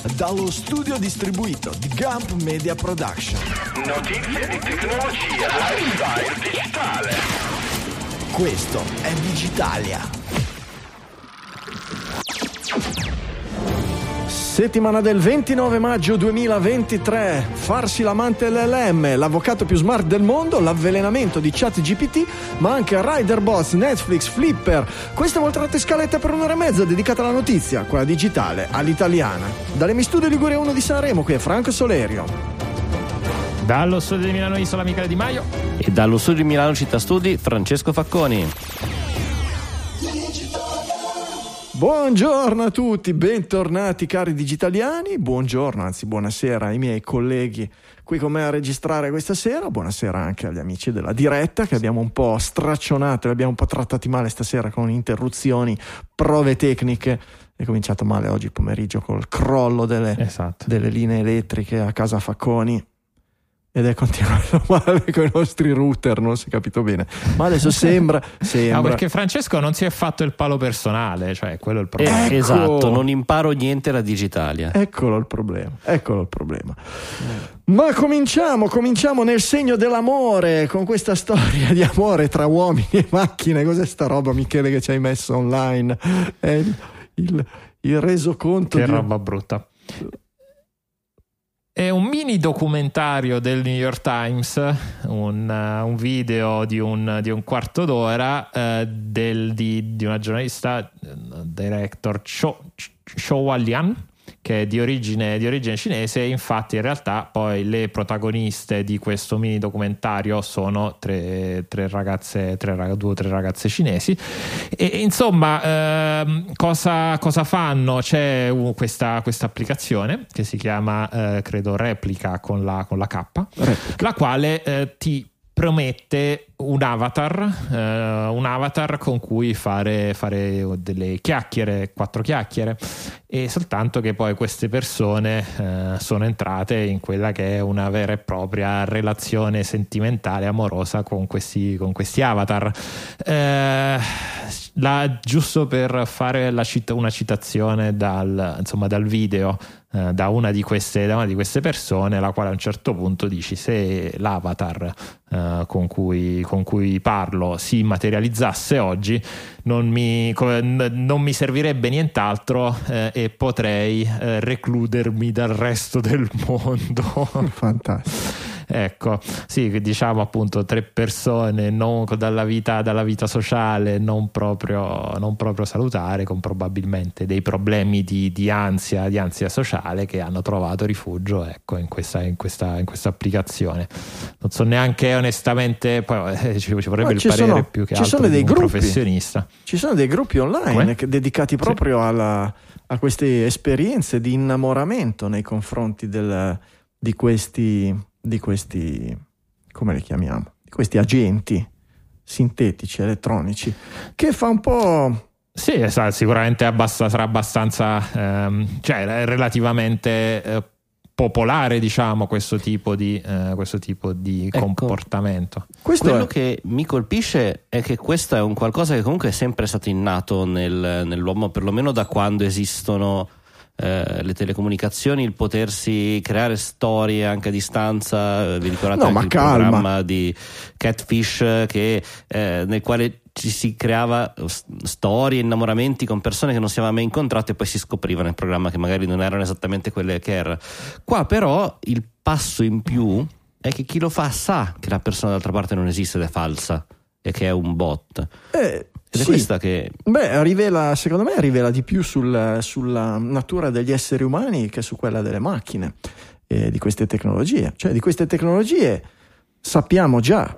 dallo studio distribuito di Gump Media Production. Notizie di tecnologia, lifestyle digitale. Questo è Digitalia. Settimana del 29 maggio 2023, farsi l'amante LLM, l'avvocato più smart del mondo, l'avvelenamento di ChatGPT, ma anche Riderbots, Netflix, Flipper. Questa è un'altra scaletta per un'ora e mezza dedicata alla notizia, quella digitale, all'italiana. Dalle Mi Studio Liguria 1 di Sanremo, qui è Franco Solerio. Dallo studio di Milano Isola, Michele Di Maio. E dallo studio di Milano Città Studi, Francesco Facconi. Buongiorno a tutti, bentornati cari digitaliani, buongiorno, anzi buonasera ai miei colleghi qui con me a registrare questa sera, buonasera anche agli amici della diretta che abbiamo un po' straccionato, li abbiamo un po' trattati male stasera con interruzioni, prove tecniche. È cominciato male oggi pomeriggio col crollo delle linee elettriche a casa Facconi. Ed è continuato male con i nostri router, non si è capito bene. Ma adesso sembra. No, perché Francesco non si è fatto il palo personale, cioè quello è il problema. Esatto, non imparo niente da Digitalia. Eccolo il problema. Ma cominciamo nel segno dell'amore, con questa storia di amore tra uomini e macchine. Cos'è sta roba, Michele, che ci hai messo online? È il resoconto. Che roba brutta. È un mini documentario del New York Times, un video di un quarto d'ora di una giornalista, director Shou Lian, che è di origine cinese. Infatti in realtà poi le protagoniste di questo mini documentario sono due o tre ragazze cinesi. E insomma cosa fanno? C'è questa applicazione che si chiama credo Replica con la K, la quale ti promette un avatar con cui fare delle chiacchiere, 4 chiacchiere, e soltanto che poi queste persone sono entrate in quella che è una vera e propria relazione sentimentale, amorosa con questi avatar. Giusto per fare una citazione dal video, da una di queste persone, la quale a un certo punto dici: se l'avatar con cui parlo si materializzasse oggi, non mi servirebbe nient'altro e potrei recludermi dal resto del mondo. Fantastico. Ecco, sì, diciamo appunto 3 persone non dalla vita sociale non proprio salutare, con probabilmente dei problemi di ansia sociale, che hanno trovato rifugio, ecco, in questa applicazione. Non so neanche onestamente, poi ci vorrebbe il parere più che altro di un professionista. Ci sono dei gruppi online dedicati proprio a queste esperienze di innamoramento nei confronti di questi, come li chiamiamo? Di questi agenti sintetici, elettronici, che fa un po'. Sì, esatto, sicuramente sarà abbastanza relativamente popolare, diciamo, questo tipo di comportamento. Quello che mi colpisce è che questo è un qualcosa che comunque è sempre stato innato nell'uomo, perlomeno da quando esistono le telecomunicazioni, il potersi creare storie anche a distanza. Vi ricordate il programma di Catfish nel quale ci si creava storie, innamoramenti con persone che non si aveva mai incontrato e poi si scopriva nel programma che magari non erano esattamente quelle che erano. Qua però il passo in più è che chi lo fa sa che la persona dall'altra parte non esiste ed è falsa e che è un bot. Ed è questa che secondo me rivela di più sulla natura degli esseri umani che su quella delle macchine e di queste tecnologie. Cioè, di queste tecnologie sappiamo già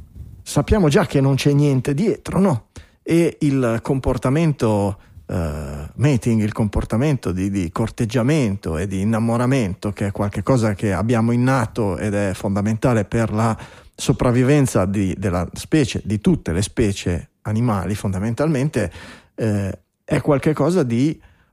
che non c'è niente dietro, no? E il comportamento mating, il comportamento di corteggiamento e di innamoramento, che è qualcosa che abbiamo innato ed è fondamentale per la sopravvivenza della specie, di tutte le specie animali fondamentalmente, è qualcosa di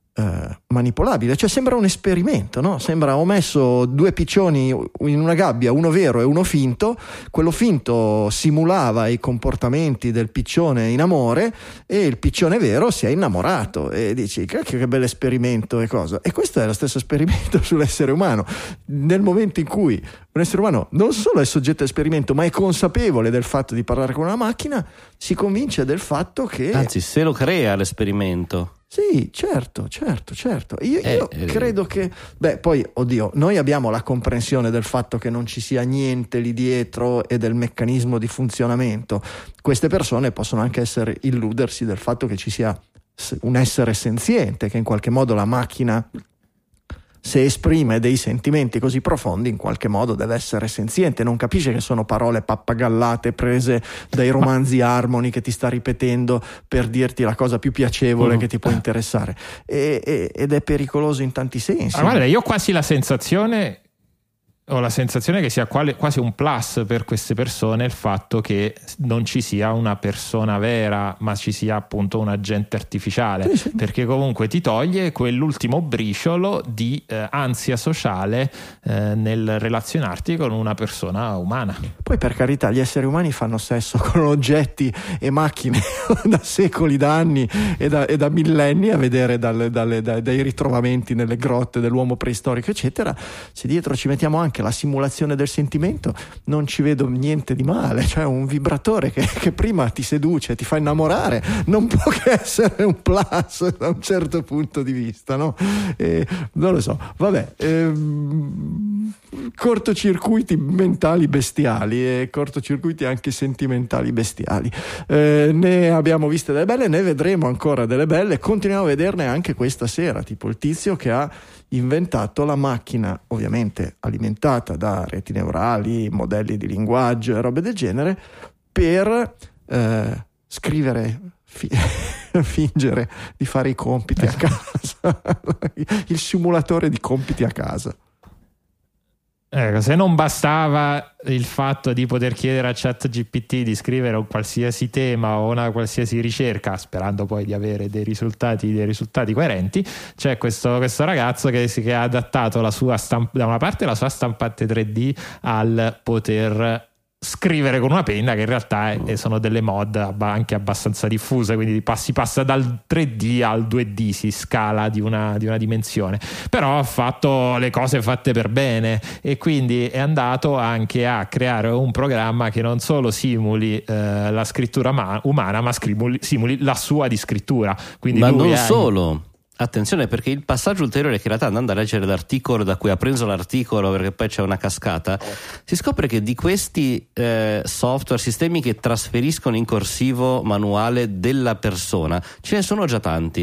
manipolabile, cioè sembra un esperimento, no? Sembra ho messo 2 piccioni in una gabbia, uno vero e uno finto, quello finto simulava i comportamenti del piccione in amore e il piccione vero si è innamorato, e dici che bel esperimento e cosa, e questo è lo stesso esperimento sull'essere umano. Nel momento in cui un essere umano non solo è soggetto all'esperimento ma è consapevole del fatto di parlare con una macchina, si convince del fatto che anzi se lo crea l'esperimento. Sì, certo. Io credo che, poi, oddio, noi abbiamo la comprensione del fatto che non ci sia niente lì dietro e del meccanismo di funzionamento. Queste persone possono anche illudersi del fatto che ci sia un essere senziente, che in qualche modo la macchina, se esprime dei sentimenti così profondi, in qualche modo deve essere senziente, non capisce che sono parole pappagallate prese dai romanzi Harmony che ti sta ripetendo per dirti la cosa più piacevole che ti può interessare, ed è pericoloso in tanti sensi. Guarda, io ho quasi la sensazione che sia quasi un plus per queste persone il fatto che non ci sia una persona vera, ma ci sia appunto un agente artificiale, sì. Perché comunque ti toglie quell'ultimo briciolo di ansia sociale nel relazionarti con una persona umana. Poi, per carità, gli esseri umani fanno sesso con oggetti e macchine da secoli, da anni e da millenni, a vedere dai ritrovamenti nelle grotte dell'uomo preistorico eccetera. Se dietro ci mettiamo anche la simulazione del sentimento, non ci vedo niente di male, cioè un vibratore che prima ti seduce, ti fa innamorare, non può che essere un plus da un certo punto di vista, no? Non lo so, vabbè, cortocircuiti mentali bestiali e cortocircuiti anche sentimentali bestiali, ne abbiamo viste delle belle, ne vedremo ancora delle belle, continuiamo a vederne anche questa sera, tipo il tizio che ha inventato la macchina, ovviamente alimentata da reti neurali, modelli di linguaggio e robe del genere, per scrivere, fingere di fare i compiti a casa, il simulatore di compiti a casa. Ecco, se non bastava il fatto di poter chiedere a ChatGPT di scrivere un qualsiasi tema o una qualsiasi ricerca, sperando poi di avere dei risultati coerenti, c'è questo ragazzo che ha adattato la sua da una parte la sua stampante 3D al poter scrivere con una penna, che in realtà sono delle mod anche abbastanza diffuse, quindi si passa dal 3D al 2D, si scala di una dimensione, però ha fatto le cose fatte per bene e quindi è andato anche a creare un programma che non solo simuli la scrittura umana, ma simuli la sua di scrittura. Quindi ma non solo. Attenzione, perché il passaggio ulteriore è che in realtà, andando a leggere l'articolo da cui ha preso l'articolo, perché poi c'è una cascata, si scopre che di questi software, sistemi che trasferiscono in corsivo manuale della persona, ce ne sono già tanti,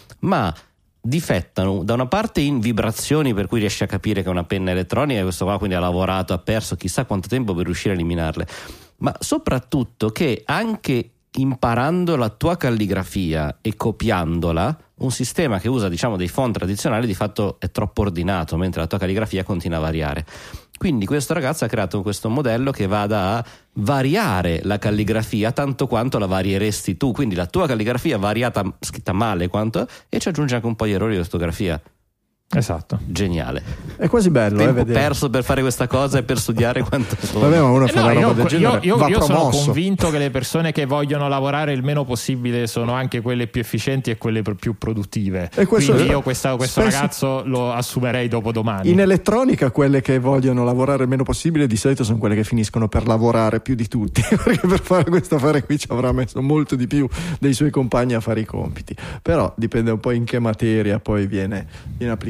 ma difettano da una parte in vibrazioni, per cui riesce a capire che è una penna elettronica, e questo qua quindi ha lavorato, ha perso chissà quanto tempo per riuscire a eliminarle, ma soprattutto che anche imparando la tua calligrafia e copiandola, un sistema che usa dei font tradizionali di fatto è troppo ordinato, mentre la tua calligrafia continua a variare. Quindi questo ragazzo ha creato questo modello che vada a variare la calligrafia tanto quanto la varieresti tu, quindi la tua calligrafia variata, scritta male quanto, e ci aggiunge anche un po' di errori di ortografia. Esatto, geniale, è quasi bello tempo perso per fare questa cosa e per studiare quanto vabbè, ma uno fa una roba del genere, io sono convinto che le persone che vogliono lavorare il meno possibile sono anche quelle più efficienti e quelle più produttive, e quindi io questo ragazzo lo assumerei dopodomani. In elettronica quelle che vogliono lavorare il meno possibile di solito sono quelle che finiscono per lavorare più di tutti, perché per fare questo affare qui ci avrà messo molto di più dei suoi compagni a fare i compiti, però dipende un po' in che materia poi viene applicato.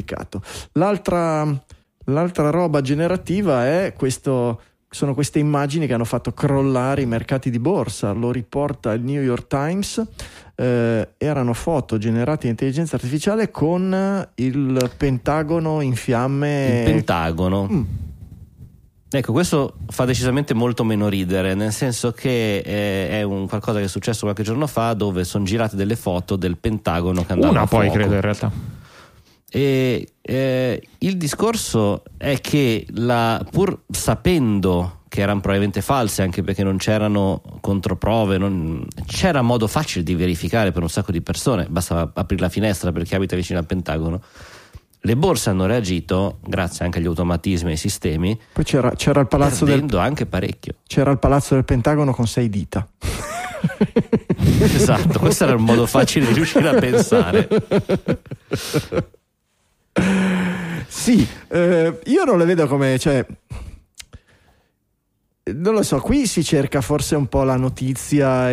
L'altra roba generativa è sono queste immagini che hanno fatto crollare i mercati di borsa, lo riporta il New York Times. Erano foto generate in intelligenza artificiale con il Pentagono in fiamme. Il Pentagono. Ecco, questo fa decisamente molto meno ridere, nel senso che è un qualcosa che è successo qualche giorno fa, dove sono girate delle foto del Pentagono che andava a fuoco. Poi credo in realtà. E il discorso è che pur sapendo che erano probabilmente false, anche perché non c'erano controprove, non c'era modo facile di verificare per un sacco di persone, bastava aprire la finestra per chi abita vicino al Pentagono. Le borse hanno reagito grazie anche agli automatismi e ai sistemi. Poi c'era il palazzo anche parecchio. C'era il palazzo del Pentagono con 6 dita. Esatto, questo era un modo facile di riuscire a pensare. Sì, io non le vedo come, cioè, non lo so, qui si cerca forse un po' la notizia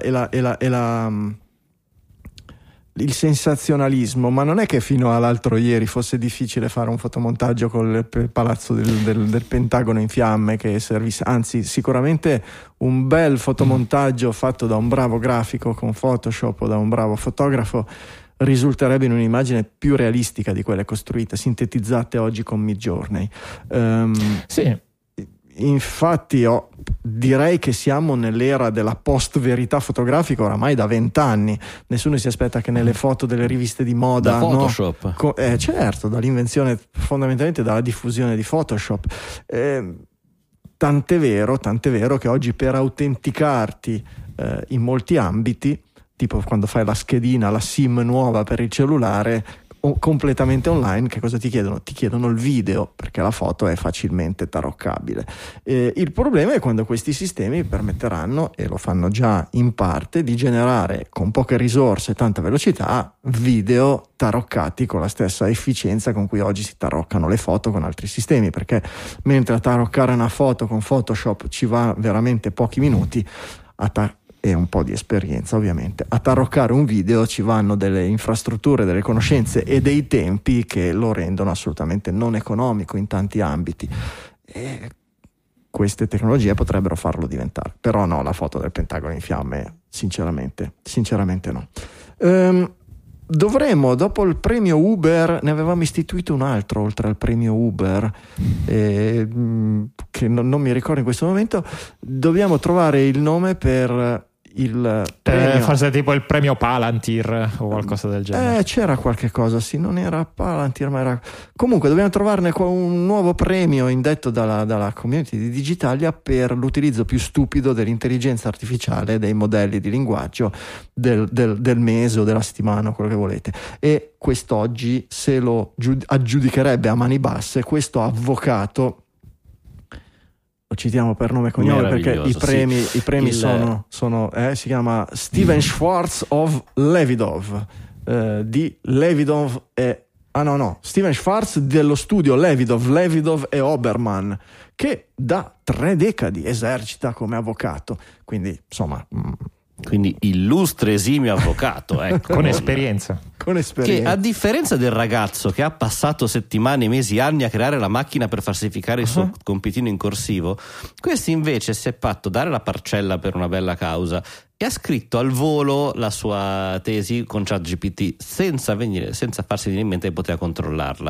il sensazionalismo, ma non è che fino all'altro ieri fosse difficile fare un fotomontaggio col palazzo del Pentagono in fiamme che servisse, anzi sicuramente un bel fotomontaggio fatto da un bravo grafico con Photoshop o da un bravo fotografo risulterebbe in un'immagine più realistica di quelle costruite, sintetizzate oggi con Midjourney. Sì. Infatti direi che siamo nell'era della post-verità fotografica oramai da 20 anni. Nessuno si aspetta che nelle foto delle riviste di moda, da Photoshop, no? Certo, dall'invenzione, fondamentalmente dalla diffusione di Photoshop, tant'è vero che oggi per autenticarti in molti ambiti, tipo quando fai la schedina, la SIM nuova per il cellulare completamente online, che cosa ti chiedono? Ti chiedono il video, perché la foto è facilmente taroccabile. Il problema è quando questi sistemi permetteranno, e lo fanno già in parte, di generare con poche risorse e tanta velocità video taroccati con la stessa efficienza con cui oggi si taroccano le foto con altri sistemi, perché mentre a taroccare una foto con Photoshop ci va veramente pochi minuti, e un po' di esperienza ovviamente, a taroccare un video ci vanno delle infrastrutture, delle conoscenze e dei tempi che lo rendono assolutamente non economico in tanti ambiti, e queste tecnologie potrebbero farlo diventare. Però no, la foto del Pentagono in fiamme sinceramente no. Dovremmo, dopo il premio Uber, ne avevamo istituito un altro oltre al premio Uber, che non mi ricordo in questo momento. Dobbiamo trovare il nome per il premio. Forse tipo il premio Palantir o qualcosa del genere. C'era qualche cosa, sì, non era Palantir, ma era, comunque dobbiamo trovarne un nuovo premio indetto dalla community di Digitalia per l'utilizzo più stupido dell'intelligenza artificiale, dei modelli di linguaggio del mese o della settimana, quello che volete. E quest'oggi se lo aggiudicherebbe a mani basse questo avvocato. Lo citiamo per nome e cognome perché i premi sono si chiama Steven Schwartz of Levidov, di Levidov e Steven Schwartz dello studio Levidov e Oberman, che da 3 decadi esercita come avvocato, quindi insomma quindi illustre esimio avvocato, ecco. Con esperienza. Che a differenza del ragazzo che ha passato settimane, mesi, anni a creare la macchina per falsificare il suo compitino in corsivo, questo invece si è fatto dare la parcella per una bella causa e ha scritto al volo la sua tesi con ChatGPT senza farsi venire in mente che poteva controllarla.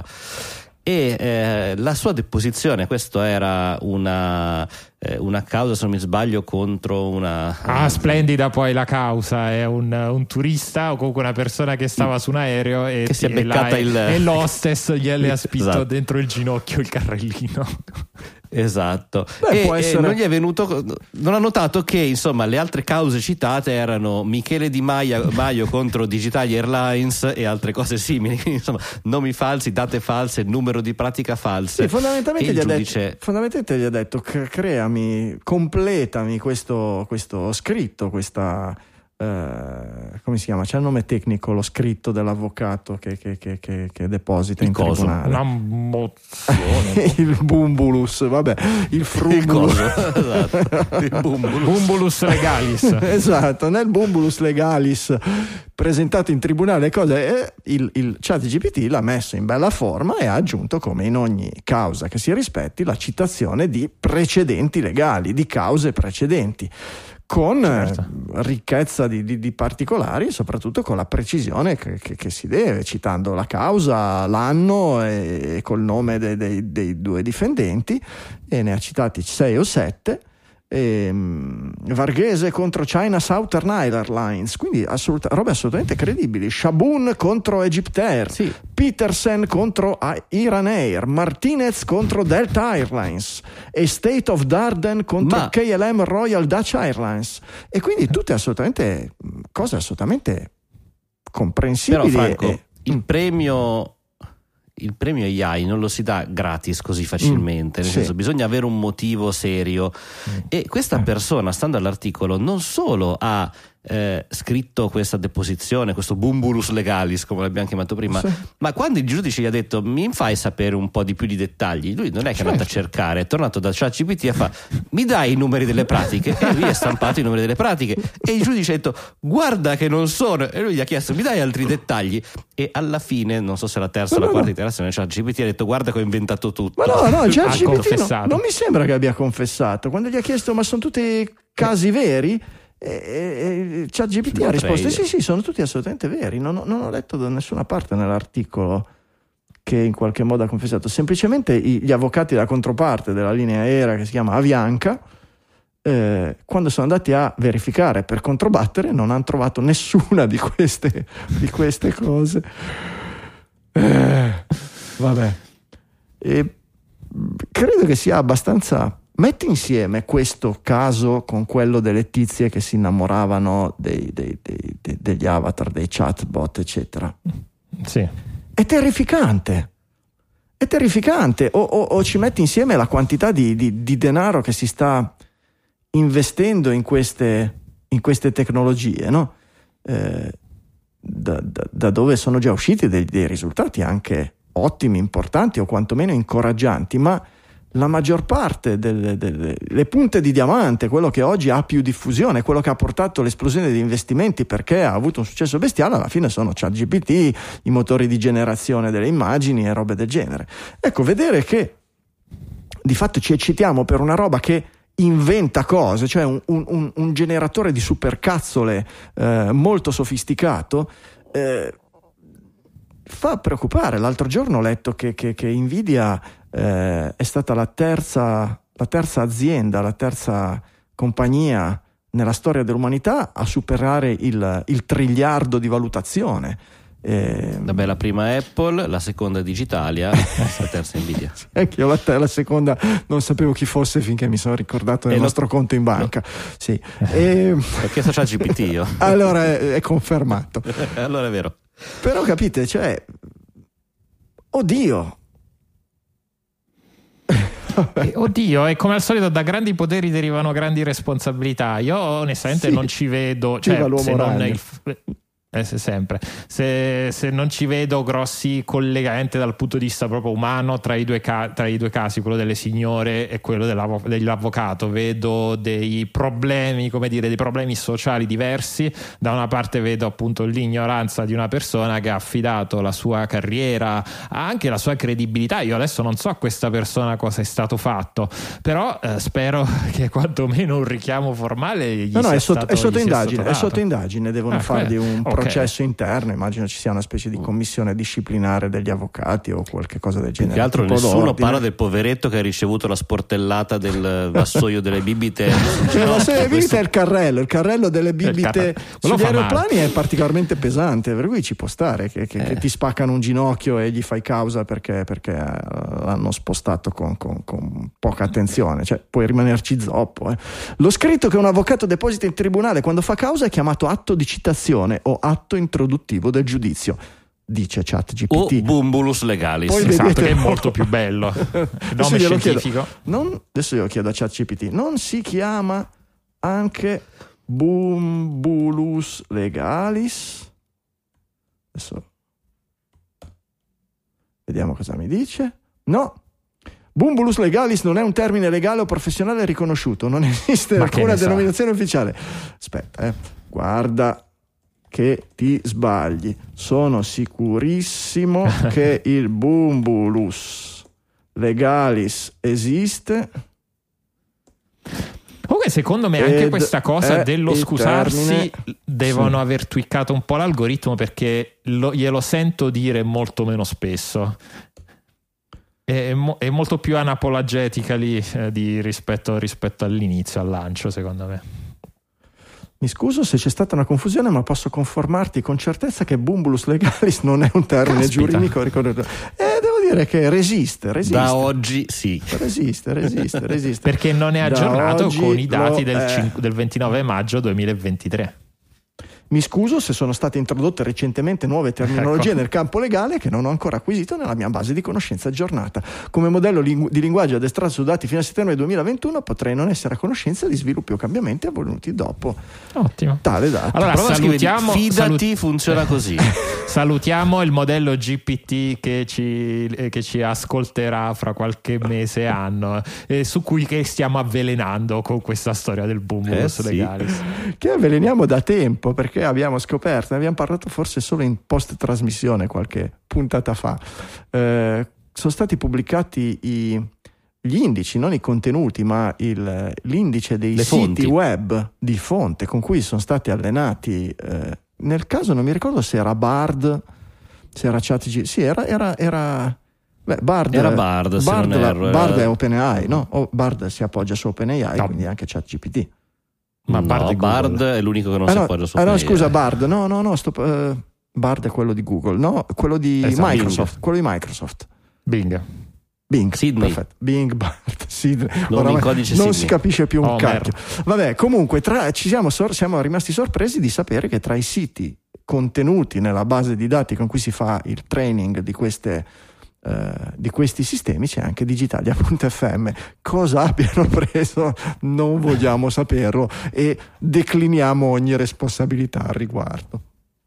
E la sua deposizione, questo era una causa, se non mi sbaglio, contro una splendida poi la causa è un turista o comunque una persona che stava su un aereo e che si è beccata e l'hostess gliele ha spinto esatto. dentro il ginocchio il carrellino. Esatto. Non gli è venuto, non ha notato che insomma le altre cause citate erano Michele Di Maio contro Digital Airlines e altre cose simili, insomma nomi falsi, date false, numero di pratica false. Sì, fondamentalmente gli ha detto completami questo scritto, questa come si chiama? C'è il nome tecnico, lo scritto dell'avvocato che deposita in tribunale. Una mozione. Il bumbulus, vabbè, il frumbulus. Esatto. Il bumbulus legalis. Esatto, nel bumbulus legalis presentato in tribunale il ChatGPT l'ha messo in bella forma e ha aggiunto, come in ogni causa che si rispetti, la citazione di precedenti legali, di cause precedenti, con ricchezza di particolari e soprattutto con la precisione che si deve, citando la causa, l'anno e col nome dei 2 difendenti, e ne ha citati 6 o 7, Varghese contro China Southern Airlines, quindi robe assolutamente credibili. Shaboon contro Egyptair, Sì. Petersen contro Iran Air, Martinez contro Delta Airlines e State of Darden contro KLM Royal Dutch Airlines, e quindi tutte assolutamente cose assolutamente comprensibili. Però Franco, il premio AI non lo si dà gratis così facilmente, nel senso bisogna avere un motivo serio, e questa persona, stando all'articolo, non solo ha scritto questa deposizione, questo bumbulus legalis come l'abbiamo chiamato prima, ma quando il giudice gli ha detto mi fai sapere un po' di più di dettagli, lui non è che è andato a cercare, è tornato da ChatGPT e fa mi dai i numeri delle pratiche, e lui ha stampato i numeri delle pratiche, e il giudice ha detto guarda che non sono, e lui gli ha chiesto mi dai altri dettagli, e alla fine, non so se la terza o la quarta iterazione, ChatGPT ha detto guarda che ho inventato tutto. Ma no, ChatGPT non mi sembra che abbia confessato. Quando gli ha chiesto ma sono tutti casi veri, ChatGPT ha risposto sì, sono tutti assolutamente veri. Non ho letto da nessuna parte nell'articolo che in qualche modo ha confessato. Semplicemente gli avvocati della controparte della linea aerea, che si chiama Avianca, quando sono andati a verificare per controbattere, non hanno trovato nessuna di queste cose. Vabbè, credo che sia abbastanza. Metti insieme questo caso con quello delle tizie che si innamoravano degli avatar, dei chatbot, eccetera. Sì. È terrificante. O ci metti insieme la quantità di denaro che si sta investendo in queste tecnologie, no? Da dove sono già usciti dei risultati anche ottimi, importanti o quantomeno incoraggianti, ma la maggior parte delle punte di diamante, quello che oggi ha più diffusione, quello che ha portato l'esplosione degli investimenti perché ha avuto un successo bestiale, alla fine sono ChatGPT, i motori di generazione delle immagini e robe del genere. Ecco, vedere che di fatto ci eccitiamo per una roba che inventa cose, cioè un generatore di supercazzole molto sofisticato, fa preoccupare. L'altro giorno ho letto che Nvidia è stata la terza azienda, la terza compagnia nella storia dell'umanità a superare il triliardo di valutazione. Vabbè, la prima è Apple, la seconda è Digitalia, la terza è Nvidia. Anche io la seconda non sapevo chi fosse finché mi sono ricordato del nostro conto in banca. Sì. Ho chiesto a ChatGPT io. Allora è confermato. Allora è vero. Però capite, cioè, oddio, e come al solito da grandi poteri derivano grandi responsabilità. Io onestamente non ci vedo, cioè, se non sempre se non ci vedo grossi collegamenti dal punto di vista proprio umano tra i due casi, quello delle signore e quello dell'avvocato. Vedo dei problemi, come dire, dei problemi sociali diversi. Da una parte vedo appunto l'ignoranza di una persona che ha affidato la sua carriera, anche la sua credibilità. Io adesso non so a questa persona cosa è stato fatto, però spero che quantomeno un richiamo formale gli sia stato è sotto indagine, dato. è sotto indagine, devono fargli un processo interno, immagino ci sia una specie di commissione disciplinare degli avvocati o qualche cosa del genere. Che altro nessuno parla del poveretto che ha ricevuto la sportellata del vassoio delle bibite. Il vassoio delle bibite è il carrello delle bibite sugli aeroplani è particolarmente pesante, per cui ci può stare che ti spaccano un ginocchio e gli fai causa perché l'hanno spostato con poca attenzione, cioè puoi rimanerci zoppo. Lo scritto che un avvocato deposita in tribunale quando fa causa è chiamato atto di citazione o atto introduttivo del giudizio, dice ChatGPT. O bumbulus legalis. Poi esatto, vedete, che è molto più bello. Nome scientifico. Adesso glielo chiedo a ChatGPT. Non si chiama anche bumbulus legalis? Adesso vediamo cosa mi dice. No. Bumbulus legalis non è un termine legale o professionale riconosciuto, non esiste alcuna denominazione ufficiale. Aspetta, guarda che ti sbagli. Sono sicurissimo che il bumbulus legalis esiste. Comunque secondo me anche questa cosa dello scusarsi devono aver tweakato un po' l'algoritmo, perché glielo sento dire molto meno spesso. è molto più anapologetica lì rispetto all'inizio, al lancio, secondo me. Mi scuso se c'è stata una confusione, ma posso confermarti con certezza che bumbulus legalis non è un termine Caspita. giuridico. Devo dire che resiste. Da oggi sì. Resiste. Perché non è aggiornato con i dati del 29 maggio 2023. Mi scuso se sono state introdotte recentemente nuove terminologie Ecco. nel campo legale che non ho ancora acquisito nella mia base di conoscenza aggiornata. Come modello di linguaggio addestrato su dati fino a settembre 2021 potrei non essere a conoscenza di sviluppi o cambiamenti avvenuti dopo Ottimo. tale data. Allora salutiamo, fidati, funziona così. Salutiamo il modello GPT che ci ascolterà fra qualche mese e anno, su cui che stiamo avvelenando con questa storia del bumbulus legalis. Che avveleniamo da tempo, perché abbiamo scoperto, ne abbiamo parlato forse solo in post trasmissione qualche puntata fa, sono stati pubblicati gli indici, non i contenuti, ma l'indice dei siti web di fonte con cui sono stati allenati. Nel caso non mi ricordo se era Bard, se era ChatGPT, sì, era Bard. Era Bard, se non erro. Bard è OpenAI, no? Bard si appoggia su OpenAI, No. quindi anche ChatGPT. Ma Bard è l'unico che non si appoggia su no, scusa, Bard. No, Bard è quello di Google, no, quello di Microsoft, Bing. quello di Microsoft. Bing. Sydney. Perfetto. Bing, Bard, Sydney. Non in codice non Sydney. si capisce più un Homer. cacchio. Vabbè, comunque siamo rimasti sorpresi di sapere che tra i siti contenuti nella base di dati con cui si fa il training di questi sistemi c'è anche Digitalia.fm. Cosa abbiano preso non vogliamo saperlo e decliniamo ogni responsabilità al riguardo.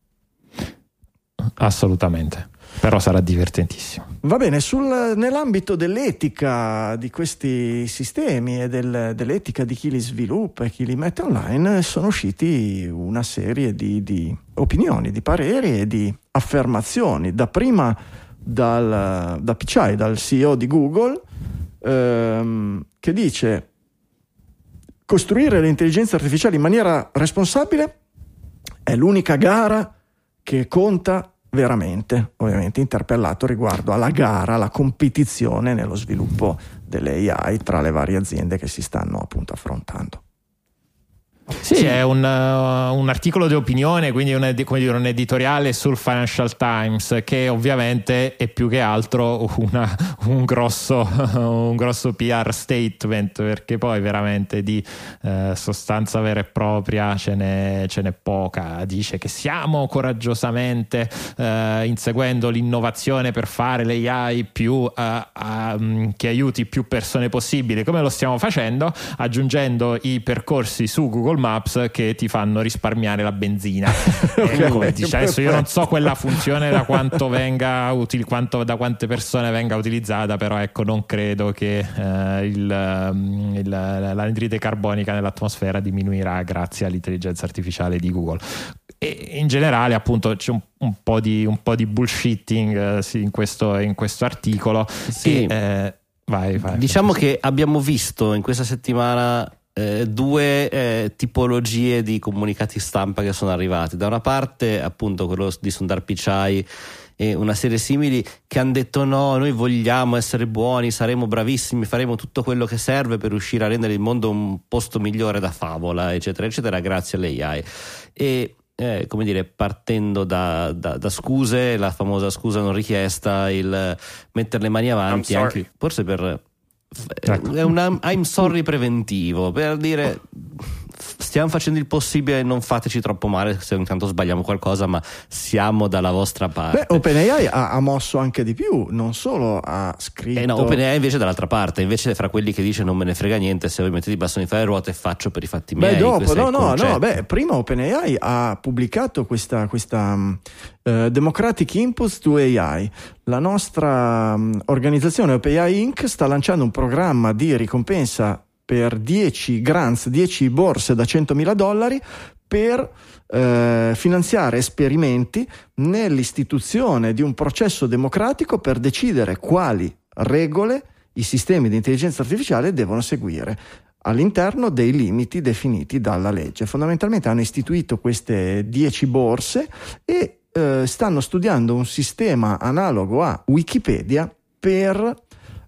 Assolutamente, però sarà divertentissimo. Va bene, nell'ambito dell'etica di questi sistemi e dell'etica di chi li sviluppa e chi li mette online sono usciti una serie di opinioni, di pareri e di affermazioni, dapprima da Pichai, dal CEO di Google, che dice: costruire le intelligenze artificiali in maniera responsabile è l'unica gara che conta veramente, ovviamente interpellato riguardo alla gara, alla competizione nello sviluppo delle AI tra le varie aziende che si stanno appunto affrontando. Sì, è un articolo di opinione, quindi un editoriale sul Financial Times, che ovviamente è più che altro un grosso PR statement, perché poi veramente di sostanza vera e propria ce n'è poca. Dice che stiamo coraggiosamente inseguendo l'innovazione per fare l'AI più che aiuti più persone possibili. Come lo stiamo facendo? Aggiungendo i percorsi su Google Maps che ti fanno risparmiare la benzina. Adesso io non so quella funzione da quanto da quante persone venga utilizzata, però ecco, non credo che l'anidride carbonica nell'atmosfera diminuirà grazie all'intelligenza artificiale di Google. E in generale appunto c'è un po' di bullshitting in questo articolo. Sì. Vai. Diciamo che abbiamo visto in questa settimana due tipologie di comunicati stampa che sono arrivati. Da una parte appunto quello di Sundar Pichai e una serie simili che hanno detto: no, noi vogliamo essere buoni, saremo bravissimi, faremo tutto quello che serve per riuscire a rendere il mondo un posto migliore da favola, eccetera eccetera, grazie all'AI. E come dire, partendo da scuse, la famosa scusa non richiesta, il mettere le mani avanti, anche forse per è un I'm sorry preventivo, per dire stiamo facendo il possibile, non fateci troppo male se ogni tanto sbagliamo qualcosa, ma siamo dalla vostra parte. OpenAI ha mosso anche di più, non solo ha scritto. No, OpenAI invece dall'altra parte, invece fra quelli che dice non me ne frega niente, se voi mettete i bastoni fra le ruote faccio per i fatti miei. Prima OpenAI ha pubblicato questa Democratic Inputs to AI. La nostra organizzazione OpenAI Inc. sta lanciando un programma di ricompensa per 10 grants, 10 borse da $100.000 per finanziare esperimenti nell'istituzione di un processo democratico per decidere quali regole i sistemi di intelligenza artificiale devono seguire all'interno dei limiti definiti dalla legge. Fondamentalmente hanno istituito queste 10 borse e stanno studiando un sistema analogo a Wikipedia per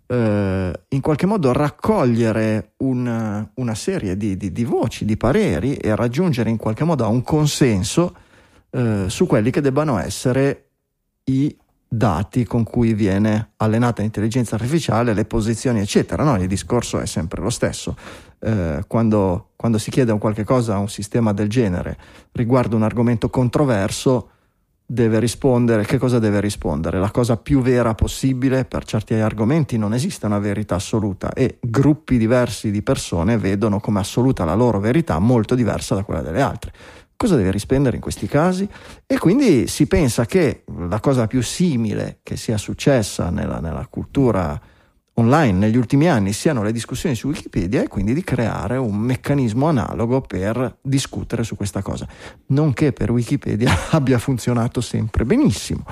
in qualche modo raccogliere una serie di voci, di pareri e raggiungere in qualche modo a un consenso su quelli che debbano essere i dati con cui viene allenata l'intelligenza artificiale, le posizioni eccetera, no? Il discorso è sempre lo stesso. Quando si chiede un qualche cosa a un sistema del genere riguardo un argomento controverso, deve rispondere. Che cosa deve rispondere? La cosa più vera possibile. Per certi argomenti non esiste una verità assoluta e gruppi diversi di persone vedono come assoluta la loro verità, molto diversa da quella delle altre. Cosa deve rispondere in questi casi? E quindi si pensa che la cosa più simile che sia successa nella cultura online negli ultimi anni siano le discussioni su Wikipedia, e quindi di creare un meccanismo analogo per discutere su questa cosa. Non che per Wikipedia abbia funzionato sempre benissimo.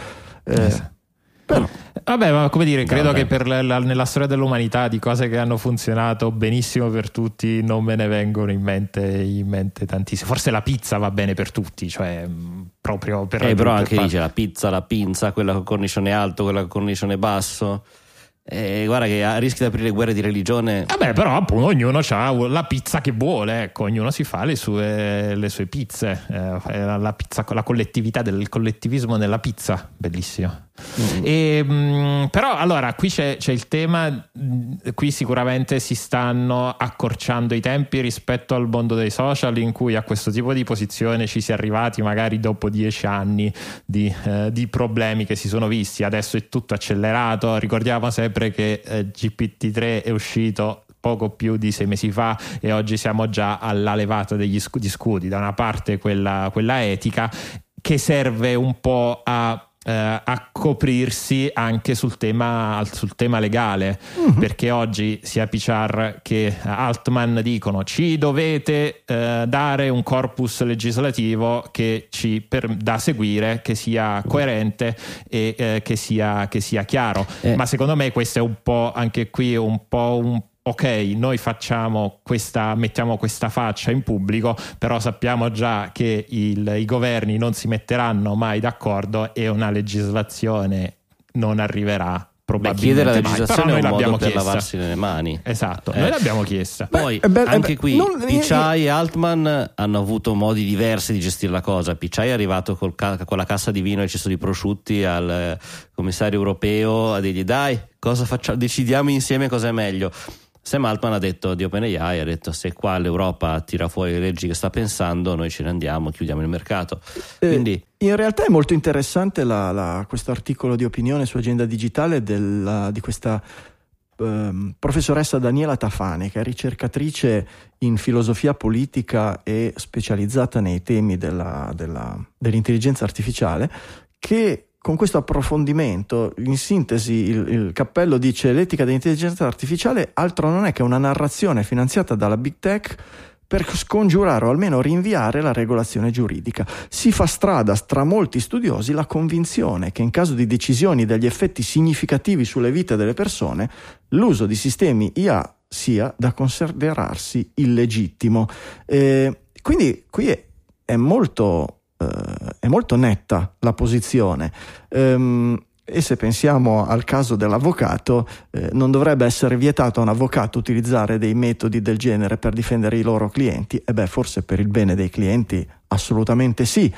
Però, vabbè, ma come dire, credo che nella storia dell'umanità di cose che hanno funzionato benissimo per tutti non me ne vengono in mente tantissime. Forse la pizza va bene per tutti, cioè proprio per però anche lì c'è la pizza, la pinza, quella con cornicione alto, quella con cornicione basso. Guarda che rischi di aprire guerre di religione. Vabbè, però appunto ognuno ha la pizza che vuole, ecco, ognuno si fa le sue pizze, la pizza, la collettività del collettivismo nella pizza, bellissimo. Però allora qui c'è il tema, qui sicuramente si stanno accorciando i tempi rispetto al mondo dei social, in cui a questo tipo di posizione ci si è arrivati magari dopo 10 anni di problemi che si sono visti. Adesso è tutto accelerato, ricordiamo sempre che GPT-3 è uscito poco più di 6 mesi fa e oggi siamo già alla levata degli scudi. Da una parte quella etica che serve un po' a coprirsi anche sul tema legale, perché oggi sia Pichar che Altman dicono ci dovete dare un corpus legislativo che da seguire, che sia coerente e che sia chiaro. Ma secondo me questo è un po' anche qui ok, noi mettiamo questa faccia in pubblico, però sappiamo già che i governi non si metteranno mai d'accordo e una legislazione non arriverà probabilmente. Chiedere la legislazione mai. è un modo per chiesta. lavarsi le mani. Esatto, noi l'abbiamo chiesta. Poi anche qui Pichai e Altman hanno avuto modi diversi di gestire la cosa. Pichai è arrivato con la cassa di vino e il cesto di prosciutti al commissario europeo a dirgli dai, cosa facciamo? Decidiamo insieme cosa è meglio. Sam Altman ha detto di OpenAI, ha detto se qua l'Europa tira fuori le leggi che sta pensando, noi ce ne andiamo, chiudiamo il mercato. Quindi in realtà è molto interessante questo articolo di opinione su Agenda Digitale di questa professoressa Daniela Tafani, che è ricercatrice in filosofia politica e specializzata nei temi dell'intelligenza artificiale, che con questo approfondimento, in sintesi, il cappello dice: l'etica dell'intelligenza artificiale altro non è che una narrazione finanziata dalla big tech per scongiurare o almeno rinviare la regolazione giuridica. Si fa strada tra molti studiosi la convinzione che in caso di decisioni dagli effetti significativi sulle vite delle persone, l'uso di sistemi IA sia da considerarsi illegittimo. Quindi qui è molto netta la posizione, e se pensiamo al caso dell'avvocato, non dovrebbe essere vietato a un avvocato utilizzare dei metodi del genere per difendere i loro clienti? Forse per il bene dei clienti assolutamente sì.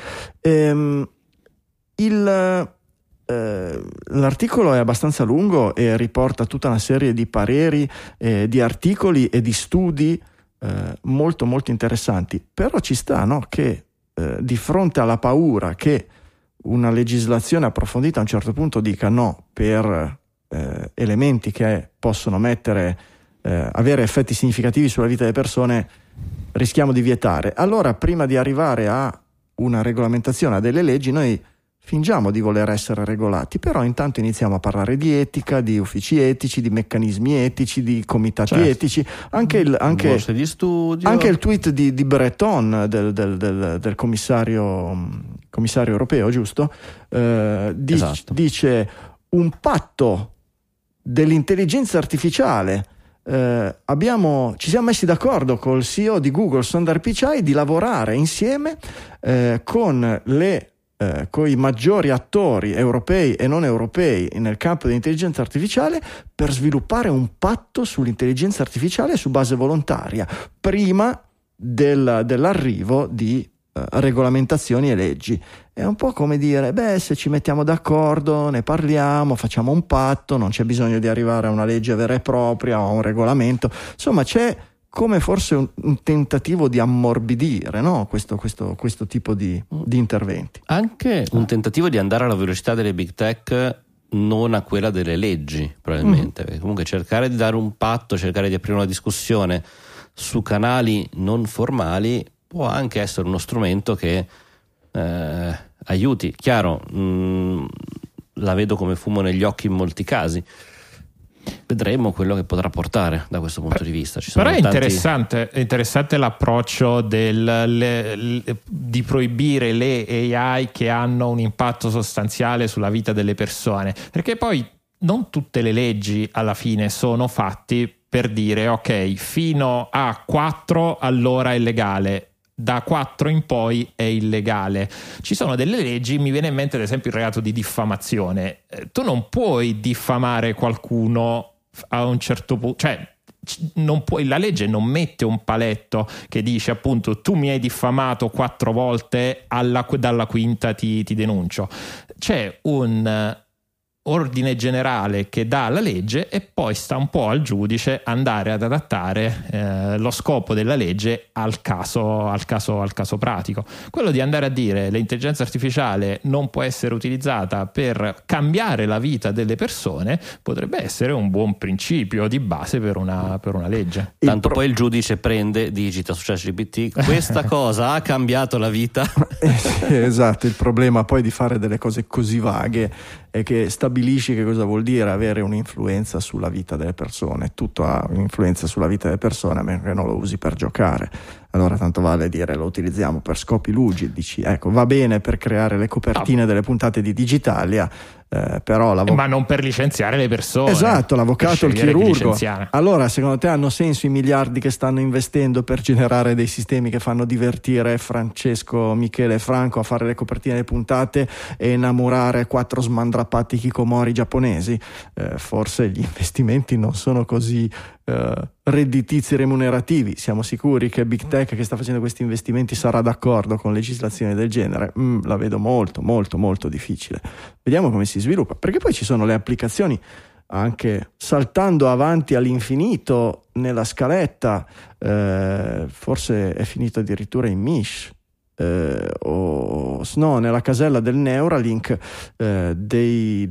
L'articolo è abbastanza lungo e riporta tutta una serie di pareri, di articoli e di studi molto molto interessanti, però ci sta, no, che di fronte alla paura che una legislazione approfondita a un certo punto dica no per elementi che possono avere effetti significativi sulla vita delle persone, rischiamo di vietare. Allora, prima di arrivare a una regolamentazione, a delle leggi, noi fingiamo di voler essere regolati, però intanto iniziamo a parlare di etica, di uffici etici, di meccanismi etici, di comitati etici, anche il tweet di Breton, del commissario europeo, giusto? Esatto. Dice un patto dell'intelligenza artificiale. Ci siamo messi d'accordo col CEO di Google, Sundar Pichai, di lavorare insieme con le con i maggiori attori europei e non europei nel campo dell'intelligenza artificiale per sviluppare un patto sull'intelligenza artificiale su base volontaria prima dell'arrivo di regolamentazioni e leggi. È un po' come dire, se ci mettiamo d'accordo, ne parliamo, facciamo un patto, non c'è bisogno di arrivare a una legge vera e propria o a un regolamento. Insomma, c'è come forse un tentativo di ammorbidire, no? questo tipo di interventi. Anche un tentativo di andare alla velocità delle big tech, non a quella delle leggi, probabilmente. Perché comunque cercare di dare un patto, cercare di aprire una discussione su canali non formali può anche essere uno strumento che aiuti. Chiaro, la vedo come fumo negli occhi in molti casi. Vedremo quello che potrà portare da questo punto di vista. Ci sono però è interessante l'approccio di proibire le AI che hanno un impatto sostanziale sulla vita delle persone, perché poi non tutte le leggi alla fine sono fatti per dire ok, fino a 4 allora è legale, da 4 in poi è illegale. Ci sono delle leggi, mi viene in mente ad esempio il reato di diffamazione. Tu non puoi diffamare qualcuno a un certo punto, cioè non puoi, la legge non mette un paletto che dice appunto tu mi hai diffamato 4 volte, dalla quinta ti denuncio. C'è un ordine generale che dà la legge e poi sta un po' al giudice andare ad adattare lo scopo della legge al caso pratico. Quello di andare a dire l'intelligenza artificiale non può essere utilizzata per cambiare la vita delle persone potrebbe essere un buon principio di base per una legge. Tanto poi il giudice digita su ChatGPT, questa cosa ha cambiato la vita. Esatto, il problema poi di fare delle cose così vaghe è che stabilisci che cosa vuol dire avere un'influenza sulla vita delle persone. Tutto ha un'influenza sulla vita delle persone, a meno che non lo usi per giocare. Allora tanto vale dire lo utilizziamo per scopi ludici, dici ecco va bene per creare le copertine delle puntate di Digitalia, però ma non per licenziare le persone. Esatto, l'avvocato, il chirurgo. Allora secondo te hanno senso i miliardi che stanno investendo per generare dei sistemi che fanno divertire Francesco, Michele e Franco a fare le copertine delle puntate e innamorare 4 smandrappati hikikomori giapponesi? Forse gli investimenti non sono così redditizi, remunerativi. Siamo sicuri che Big Tech che sta facendo questi investimenti sarà d'accordo con legislazioni del genere? La vedo molto molto molto difficile. Vediamo come si sviluppa, perché poi ci sono le applicazioni anche saltando avanti all'infinito nella scaletta, forse è finito addirittura in Mish o no, nella casella del Neuralink, dei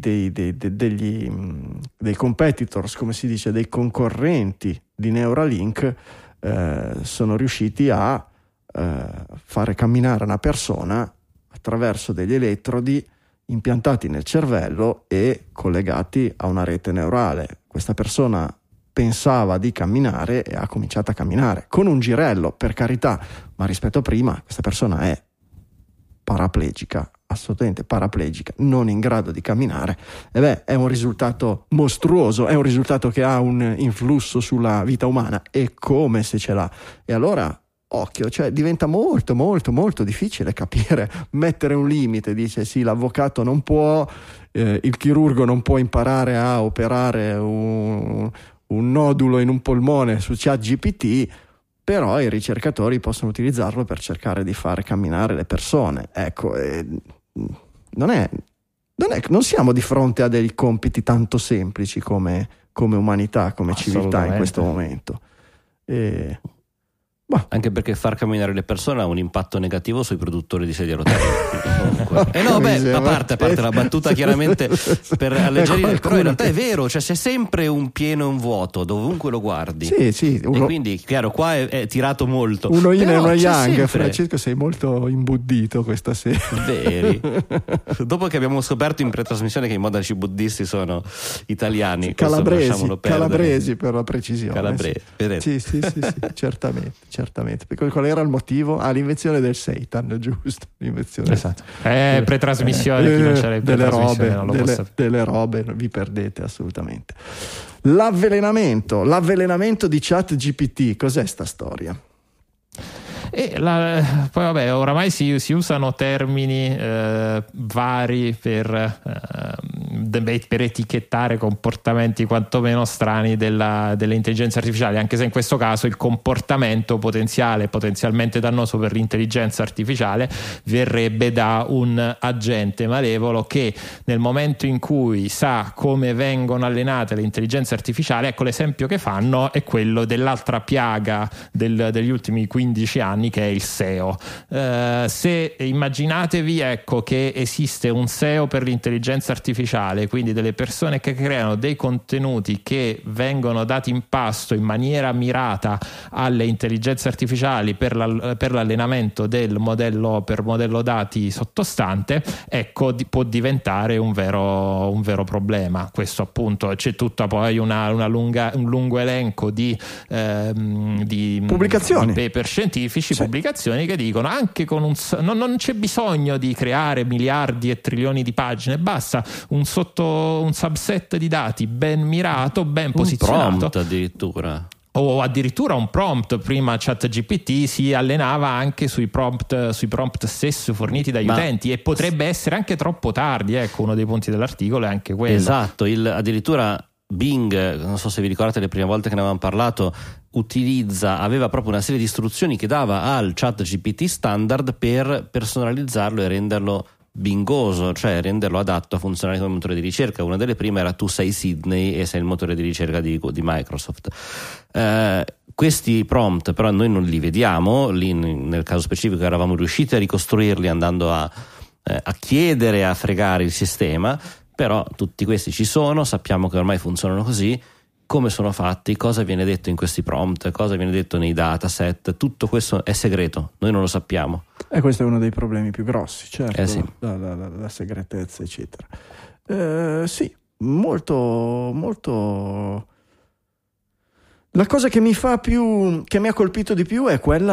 competitors, come si dice, dei concorrenti di Neuralink, sono riusciti a fare camminare una persona attraverso degli elettrodi impiantati nel cervello e collegati a una rete neurale. Questa persona pensava di camminare e ha cominciato a camminare con un girello, per carità, ma rispetto a prima questa persona è paraplegica, assolutamente paraplegica, non in grado di camminare. È un risultato mostruoso, è un risultato che ha un influsso sulla vita umana, e come se ce l'ha. E allora occhio, cioè diventa molto molto molto difficile capire, mettere un limite. Dice sì, l'avvocato non può, il chirurgo non può imparare a operare un nodulo in un polmone su ChatGPT, però i ricercatori possono utilizzarlo per cercare di fare camminare le persone. Ecco, non siamo di fronte a dei compiti tanto semplici come umanità, come civiltà in questo momento. Anche perché far camminare le persone ha un impatto negativo sui produttori di sedie a rotelle. A parte la battuta, chiaramente per alleggerire, però in realtà è vero, cioè c'è sempre un pieno e un vuoto dovunque lo guardi. Sì, e quindi chiaro, qua è tirato molto. Uno yin e uno yang. Sempre. Francesco, sei molto imbuddito questa sera. Veri. Dopo che abbiamo scoperto in pretrasmissione che i monaci buddisti sono italiani, calabresi per la precisione. Calabresi, sì, certamente. Qual era il motivo? L'invenzione del seitan, giusto? L'invenzione. Esatto. Pretrasmissione, chi non c'era in pretrasmissione delle robe, vi perdete assolutamente. L'avvelenamento di ChatGPT, cos'è sta storia? Poi vabbè, oramai si usano termini vari per etichettare comportamenti quantomeno strani delle intelligenze artificiali, anche se in questo caso il comportamento potenzialmente dannoso per l'intelligenza artificiale verrebbe da un agente malevolo che nel momento in cui sa come vengono allenate le intelligenze artificiali, ecco l'esempio che fanno è quello dell'altra piaga degli ultimi 15 anni, che è il SEO. Se immaginatevi, ecco, che esiste un SEO per l'intelligenza artificiale, quindi delle persone che creano dei contenuti che vengono dati in pasto in maniera mirata alle intelligenze artificiali per l'allenamento del modello dati sottostante, ecco, può diventare un vero problema. Questo appunto, c'è tutta poi un lungo elenco di pubblicazioni, di paper scientifici, sì, pubblicazioni che dicono anche con non c'è bisogno di creare miliardi e trilioni di pagine, basta un subset di dati ben mirato, ben posizionato, un prompt addirittura, o addirittura un prompt. Prima ChatGPT si allenava anche sui prompt stessi forniti dagli utenti, e potrebbe essere anche troppo tardi, ecco, uno dei punti dell'articolo è anche quello. Esatto, addirittura Bing, non so se vi ricordate le prime volte che ne avevamo parlato, aveva proprio una serie di istruzioni che dava al ChatGPT standard per personalizzarlo e renderlo bingoso, cioè renderlo adatto a funzionare come motore di ricerca. Una delle prime era: tu sei Sydney e sei il motore di ricerca di Microsoft. Questi prompt però noi non li vediamo, lì nel caso specifico eravamo riusciti a ricostruirli andando a chiedere, a fregare il sistema, però tutti questi ci sono, sappiamo che ormai funzionano così. Come sono fatti, cosa viene detto in questi prompt, cosa viene detto nei dataset, tutto questo è segreto, noi non lo sappiamo. E questo è uno dei problemi più grossi, certo, sì. la segretezza, eccetera. Sì, molto, molto. La cosa che mi ha colpito di più è quella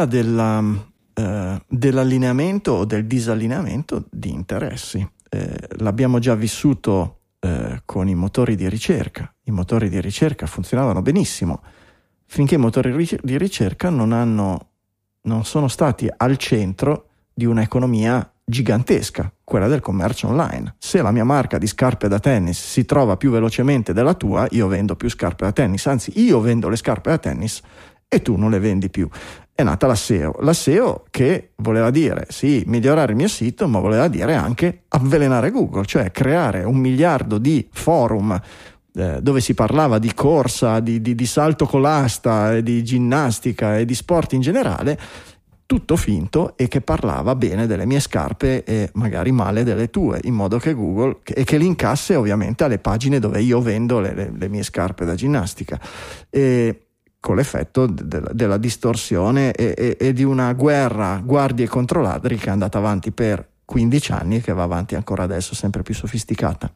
dell'allineamento o del disallineamento di interessi. L'abbiamo già vissuto con i motori di ricerca. I motori di ricerca funzionavano benissimo finché i motori di ricerca non sono stati al centro di un'economia gigantesca, quella del commercio online. Se la mia marca di scarpe da tennis si trova più velocemente della tua, io vendo più scarpe da tennis, anzi io vendo le scarpe da tennis e tu non le vendi più. È nata la SEO che voleva dire sì, migliorare il mio sito, ma voleva dire anche avvelenare Google, cioè creare 1 miliardo di forum dove si parlava di corsa, di salto con l'asta, di ginnastica e di sport in generale, tutto finto, e che parlava bene delle mie scarpe e magari male delle tue, in modo che Google, e che linkasse ovviamente alle pagine dove io vendo le mie scarpe da ginnastica, e con l'effetto della distorsione e di una guerra guardie contro ladri che è andata avanti per 15 anni e che va avanti ancora adesso, sempre più sofisticata.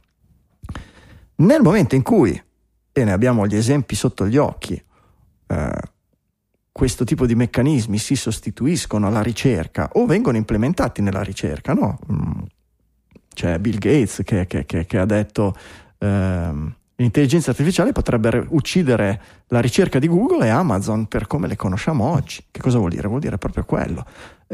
Nel momento in cui, e ne abbiamo gli esempi sotto gli occhi, questo tipo di meccanismi si sostituiscono alla ricerca o vengono implementati nella ricerca, no? C'è Bill Gates che ha detto l'intelligenza artificiale potrebbe uccidere la ricerca di Google e Amazon per come le conosciamo oggi. Che cosa vuol dire? Vuol dire proprio quello.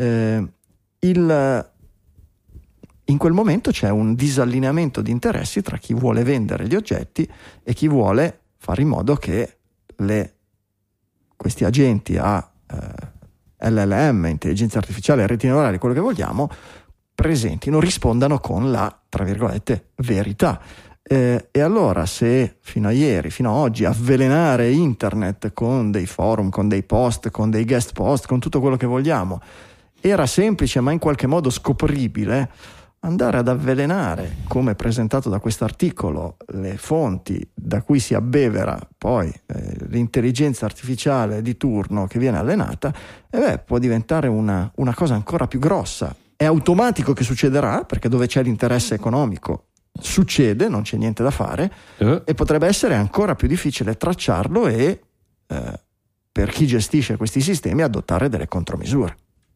In quel momento c'è un disallineamento di interessi tra chi vuole vendere gli oggetti e chi vuole fare in modo che questi agenti a LLM, intelligenza artificiale, reti neurali, quello che vogliamo, rispondano con la, tra virgolette, verità. E allora, se fino a oggi avvelenare internet con dei forum, con dei post, con dei guest post, con tutto quello che vogliamo era semplice ma in qualche modo scopribile, andare ad avvelenare, come presentato da quest'articolo, le fonti da cui si abbevera poi l'intelligenza artificiale di turno che viene allenata, può diventare una cosa ancora più grossa. È automatico che succederà, perché dove c'è l'interesse economico succede, non c'è niente da fare, e potrebbe essere ancora più difficile tracciarlo e per chi gestisce questi sistemi adottare delle contromisure.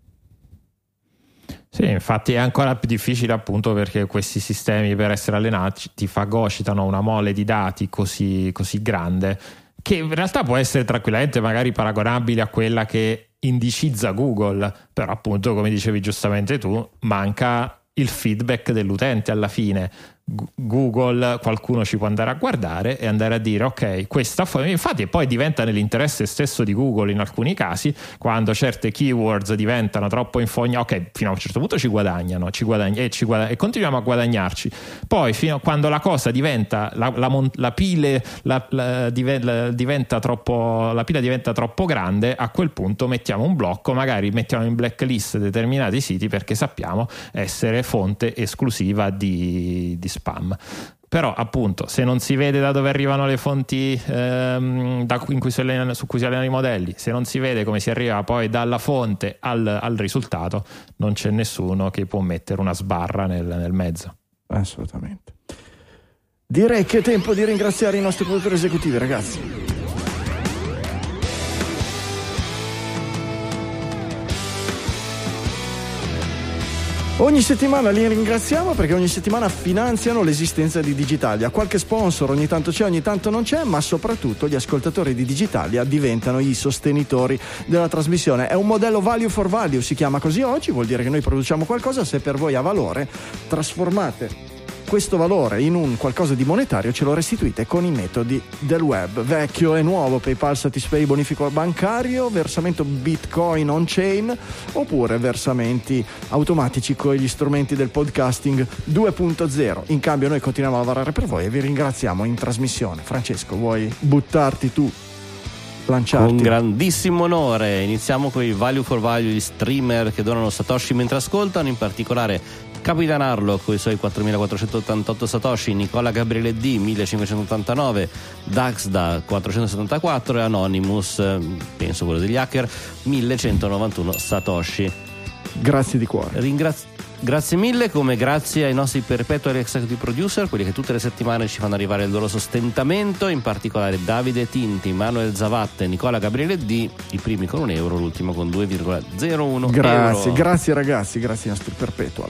Sì, infatti è ancora più difficile, appunto perché questi sistemi, per essere allenati, ti fagocitano una mole di dati così grande, che in realtà può essere tranquillamente magari paragonabile a quella che indicizza Google, però appunto come dicevi giustamente tu manca il feedback dell'utente alla fine. Google, qualcuno ci può andare a guardare e andare a dire ok, questa infatti, e poi diventa nell'interesse stesso di Google in alcuni casi, quando certe keywords diventano troppo ok, fino a un certo punto ci guadagnano e continuiamo a guadagnarci, poi fino a quando la cosa diventa la pila diventa troppo grande, a quel punto mettiamo un blocco, magari mettiamo in blacklist determinati siti perché sappiamo essere fonte esclusiva di spam. Però appunto se non si vede da dove arrivano le fonti su cui si allenano i modelli, se non si vede come si arriva poi dalla fonte al risultato, non c'è nessuno che può mettere una sbarra nel mezzo. Assolutamente. Direi che è tempo di ringraziare i nostri produttori esecutivi, ragazzi. Ogni settimana li ringraziamo perché ogni settimana finanziano l'esistenza di Digitalia. Qualche sponsor ogni tanto c'è, ogni tanto non c'è, ma soprattutto gli ascoltatori di Digitalia diventano i sostenitori della trasmissione. È un modello value for value, si chiama così oggi, vuol dire che noi produciamo qualcosa, se per voi ha valore, trasformate questo valore in un qualcosa di monetario, ce lo restituite con i metodi del web, vecchio e nuovo, PayPal, Satispay, bonifico bancario, versamento Bitcoin on-chain oppure versamenti automatici con gli strumenti del podcasting 2.0. In cambio noi continuiamo a lavorare per voi e vi ringraziamo in trasmissione. Francesco, vuoi buttarti tu? Lanciarti? Con grandissimo onore. Iniziamo con i value for value, gli streamer che donano Satoshi mentre ascoltano, in particolare Capitan Harlock con i suoi 4.488 Satoshi, Nicola Gabriele D 1.589, Daxda 474 e Anonymous, penso quello degli hacker, 1.191 Satoshi. Grazie di cuore. Grazie mille, come grazie ai nostri perpetual executive producer, quelli che tutte le settimane ci fanno arrivare il loro sostentamento, in particolare Davide Tinti, Manuel Zavatte e Nicola Gabriele D, i primi con €1, l'ultimo con 2,01 grazie, euro. Grazie ragazzi, grazie ai nostri perpetual.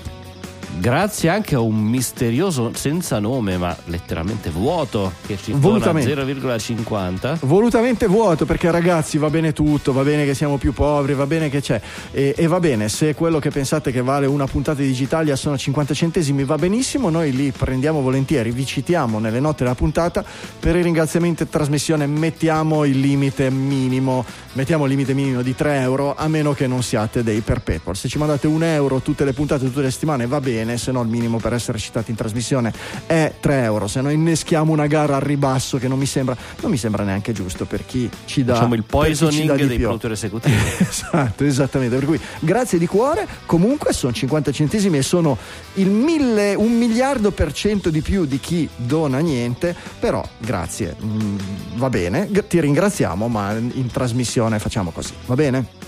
Grazie anche a un misterioso senza nome ma letteralmente vuoto che ci dona 0,50. Volutamente vuoto, perché ragazzi va bene tutto, va bene che siamo più poveri, va bene che c'è e va bene se quello che pensate che vale una puntata di Digitalia sono 50 centesimi, va benissimo, noi li prendiamo volentieri, vi citiamo nelle note della puntata. Per i ringraziamenti e trasmissione mettiamo il limite minimo di €3, a meno che non siate dei perpetual. Se ci mandate €1 tutte le puntate, tutte le settimane, va bene, se no il minimo per essere citati in trasmissione è €3. Se no inneschiamo una gara al ribasso che non mi sembra neanche giusto per chi ci dà, diciamo il poisoning dei produttori esecutivi. Esatto, esattamente, per cui grazie di cuore. Comunque sono 50 centesimi e sono un miliardo% di più di chi dona niente, però grazie, va bene, ti ringraziamo, ma in trasmissione facciamo così, va bene?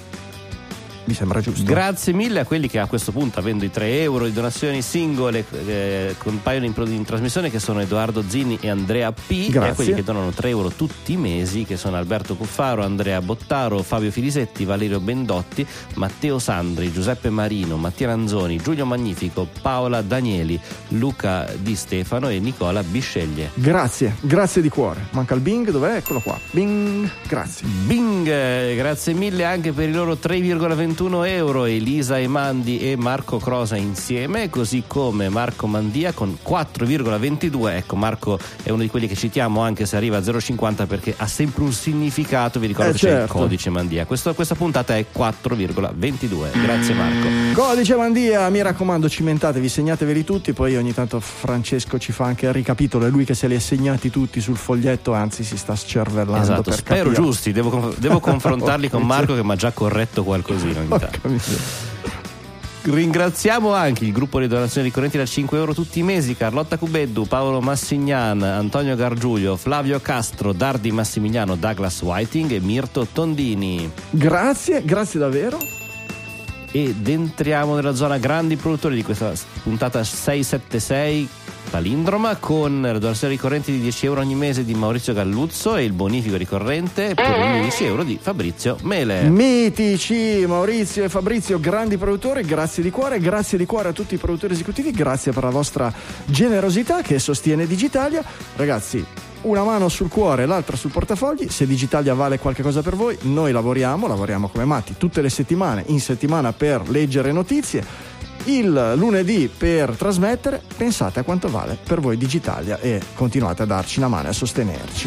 Mi sembra giusto. Grazie mille a quelli che a questo punto, avendo i €3 di donazioni singole, compaiono in trasmissione, che sono Edoardo Zini e Andrea P. Grazie. E a quelli che donano €3 tutti i mesi, che sono Alberto Cuffaro, Andrea Bottaro, Fabio Filisetti, Valerio Bendotti, Matteo Sandri, Giuseppe Marino, Mattia Lanzoni, Giulio Magnifico, Paola Danieli, Luca Di Stefano e Nicola Bisceglie. Grazie di cuore. Manca il Bing, dov'è? Eccolo qua. Bing, grazie. Bing, grazie mille anche per i loro €3,21 Elisa Emandi e Marco Crosa insieme, così come Marco Mandia con 4,22. Ecco, Marco è uno di quelli che citiamo anche se arriva a 0,50 perché ha sempre un significato. Vi ricordo che c'è il codice Mandia. Questa puntata è 4,22. Grazie Marco. Codice Mandia, mi raccomando, cimentatevi, segnateveli tutti, poi ogni tanto Francesco ci fa anche il ricapitolo, è lui che se li ha segnati tutti sul foglietto, anzi si sta scervellando. Esatto, per spero capire. Giusti, devo confrontarli con Marco che mi ha già corretto qualcosina. Ringraziamo anche il gruppo di donazioni ricorrenti da €5 tutti i mesi: Carlotta Cubeddu, Paolo Massignan, Antonio Gargiulio, Flavio Castro, Dardi Massimiliano, Douglas Whiting e Mirto Tondini. Grazie davvero. Ed entriamo nella zona grandi produttori di questa puntata 676 palindroma, con le donazioni ricorrenti di €10 ogni mese di Maurizio Galluzzo e il bonifico ricorrente per €11 di Fabrizio Mele. Mitici Maurizio e Fabrizio, grandi produttori, grazie di cuore a tutti i produttori esecutivi, grazie per la vostra generosità che sostiene Digitalia. Ragazzi, una mano sul cuore e l'altra sul portafogli. Se Digitalia vale qualche cosa per voi, noi lavoriamo come matti tutte le settimane, in settimana, per leggere notizie, il lunedì per trasmettere. Pensate a quanto vale per voi Digitalia e continuate a darci una mano e a sostenerci.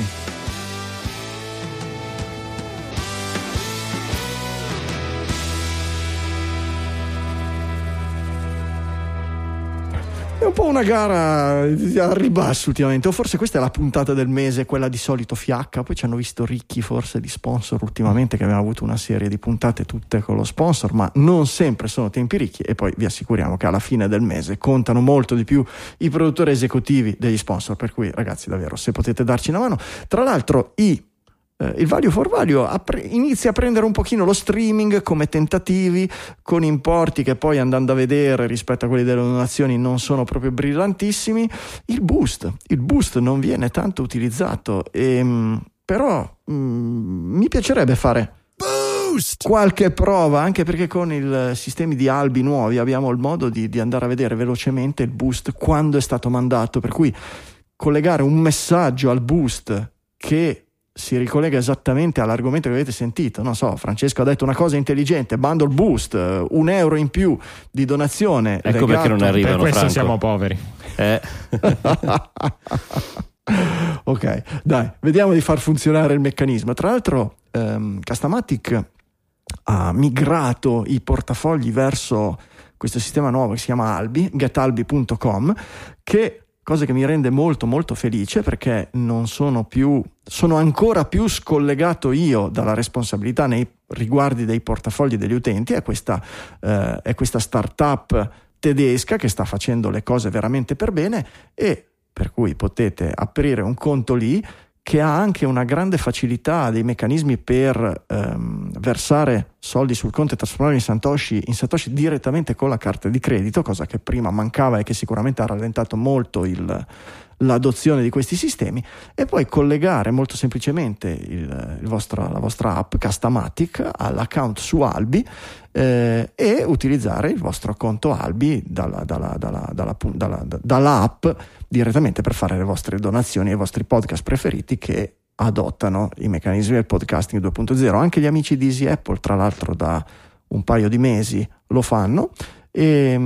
È un po' una gara al ribasso ultimamente, o forse questa è la puntata del mese, quella di solito fiacca. Poi ci hanno visto ricchi forse di sponsor ultimamente, che abbiamo avuto una serie di puntate tutte con lo sponsor, ma non sempre sono tempi ricchi, e poi vi assicuriamo che alla fine del mese contano molto di più i produttori esecutivi degli sponsor, per cui ragazzi davvero, se potete darci una mano. Tra l'altro il Value for Value inizia a prendere un pochino lo streaming come tentativi, con importi che poi, andando a vedere rispetto a quelli delle donazioni, non sono proprio brillantissimi. Il boost non viene tanto utilizzato, però mi piacerebbe fare qualche prova, anche perché con i sistemi di albi nuovi abbiamo il modo di andare a vedere velocemente il boost quando è stato mandato, per cui collegare un messaggio al boost che si ricollega esattamente all'argomento che avete sentito. Non so, Francesco ha detto una cosa intelligente, bundle boost, €1 in più di donazione. Ecco perché non arrivano, per questo Franco. siamo poveri. Ok, dai, vediamo di far funzionare il meccanismo. Tra l'altro Castamatic ha migrato i portafogli verso questo sistema nuovo che si chiama Albi, getalbi.com, che cosa che mi rende molto molto felice, perché non sono ancora più scollegato io dalla responsabilità nei riguardi dei portafogli degli utenti. È questa startup tedesca che sta facendo le cose veramente per bene, e per cui potete aprire un conto lì, che ha anche una grande facilità, dei meccanismi per versare soldi sul conto e trasformarli in satoshi direttamente con la carta di credito, cosa che prima mancava e che sicuramente ha rallentato molto l'adozione di questi sistemi. E poi collegare molto semplicemente la vostra app Castamatic all'account su Albi, e utilizzare il vostro conto Albi dalla app direttamente per fare le vostre donazioni ai vostri podcast preferiti, che adottano i meccanismi del podcasting 2.0. Anche gli amici di Easy Apple, tra l'altro, da un paio di mesi lo fanno, e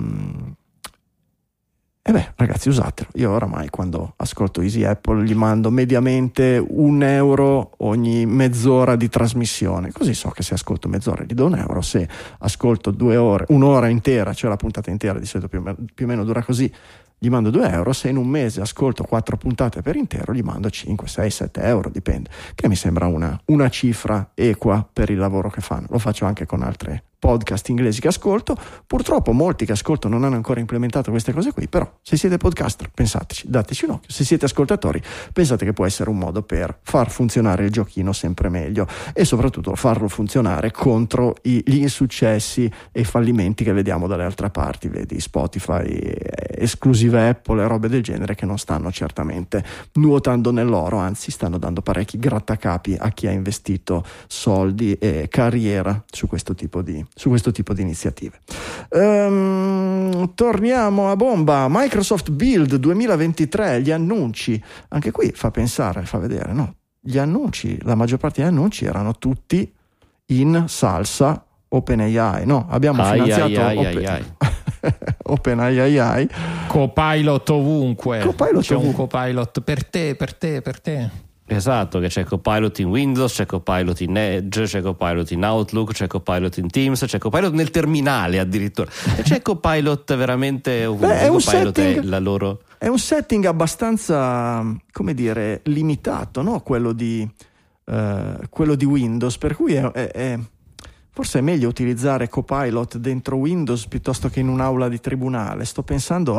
ragazzi, usatelo. Io oramai, quando ascolto Easy Apple, gli mando mediamente €1 ogni mezz'ora di trasmissione, così so che se ascolto mezz'ora gli do €1, se ascolto 2 ore, un'ora intera, cioè la puntata intera di solito più o meno dura così, gli mando €2. Se in un mese ascolto 4 puntate per intero, gli mando 5, 6, €7, dipende, che mi sembra una cifra equa per il lavoro che fanno. Lo faccio anche con altre podcast inglesi che ascolto. Purtroppo molti che ascolto non hanno ancora implementato queste cose qui, però se siete podcaster, pensateci, dateci un occhio. Se siete ascoltatori, pensate che può essere un modo per far funzionare il giochino sempre meglio, e soprattutto farlo funzionare contro gli insuccessi e i fallimenti che vediamo dalle altre parti. Vedi Spotify, esclusive Apple e robe del genere, che non stanno certamente nuotando nell'oro, anzi stanno dando parecchi grattacapi a chi ha investito soldi e carriera su questo tipo di iniziative. Torniamo a bomba. Microsoft Build 2023, gli annunci, anche qui fa pensare, fa vedere, no? Gli annunci, la maggior parte degli annunci erano tutti in salsa OpenAI, no? Abbiamo finanziato OpenAI, Copilot ovunque. Copilot un Copilot per te. Esatto, che c'è Copilot in Windows, c'è Copilot in Edge, c'è Copilot in Outlook, c'è Copilot in Teams, c'è Copilot nel terminale addirittura, e c'è Copilot veramente ovunque. È un setting abbastanza, come dire, limitato, no? Quello di Windows, per cui forse è meglio utilizzare Copilot dentro Windows piuttosto che in un'aula di tribunale. Sto pensando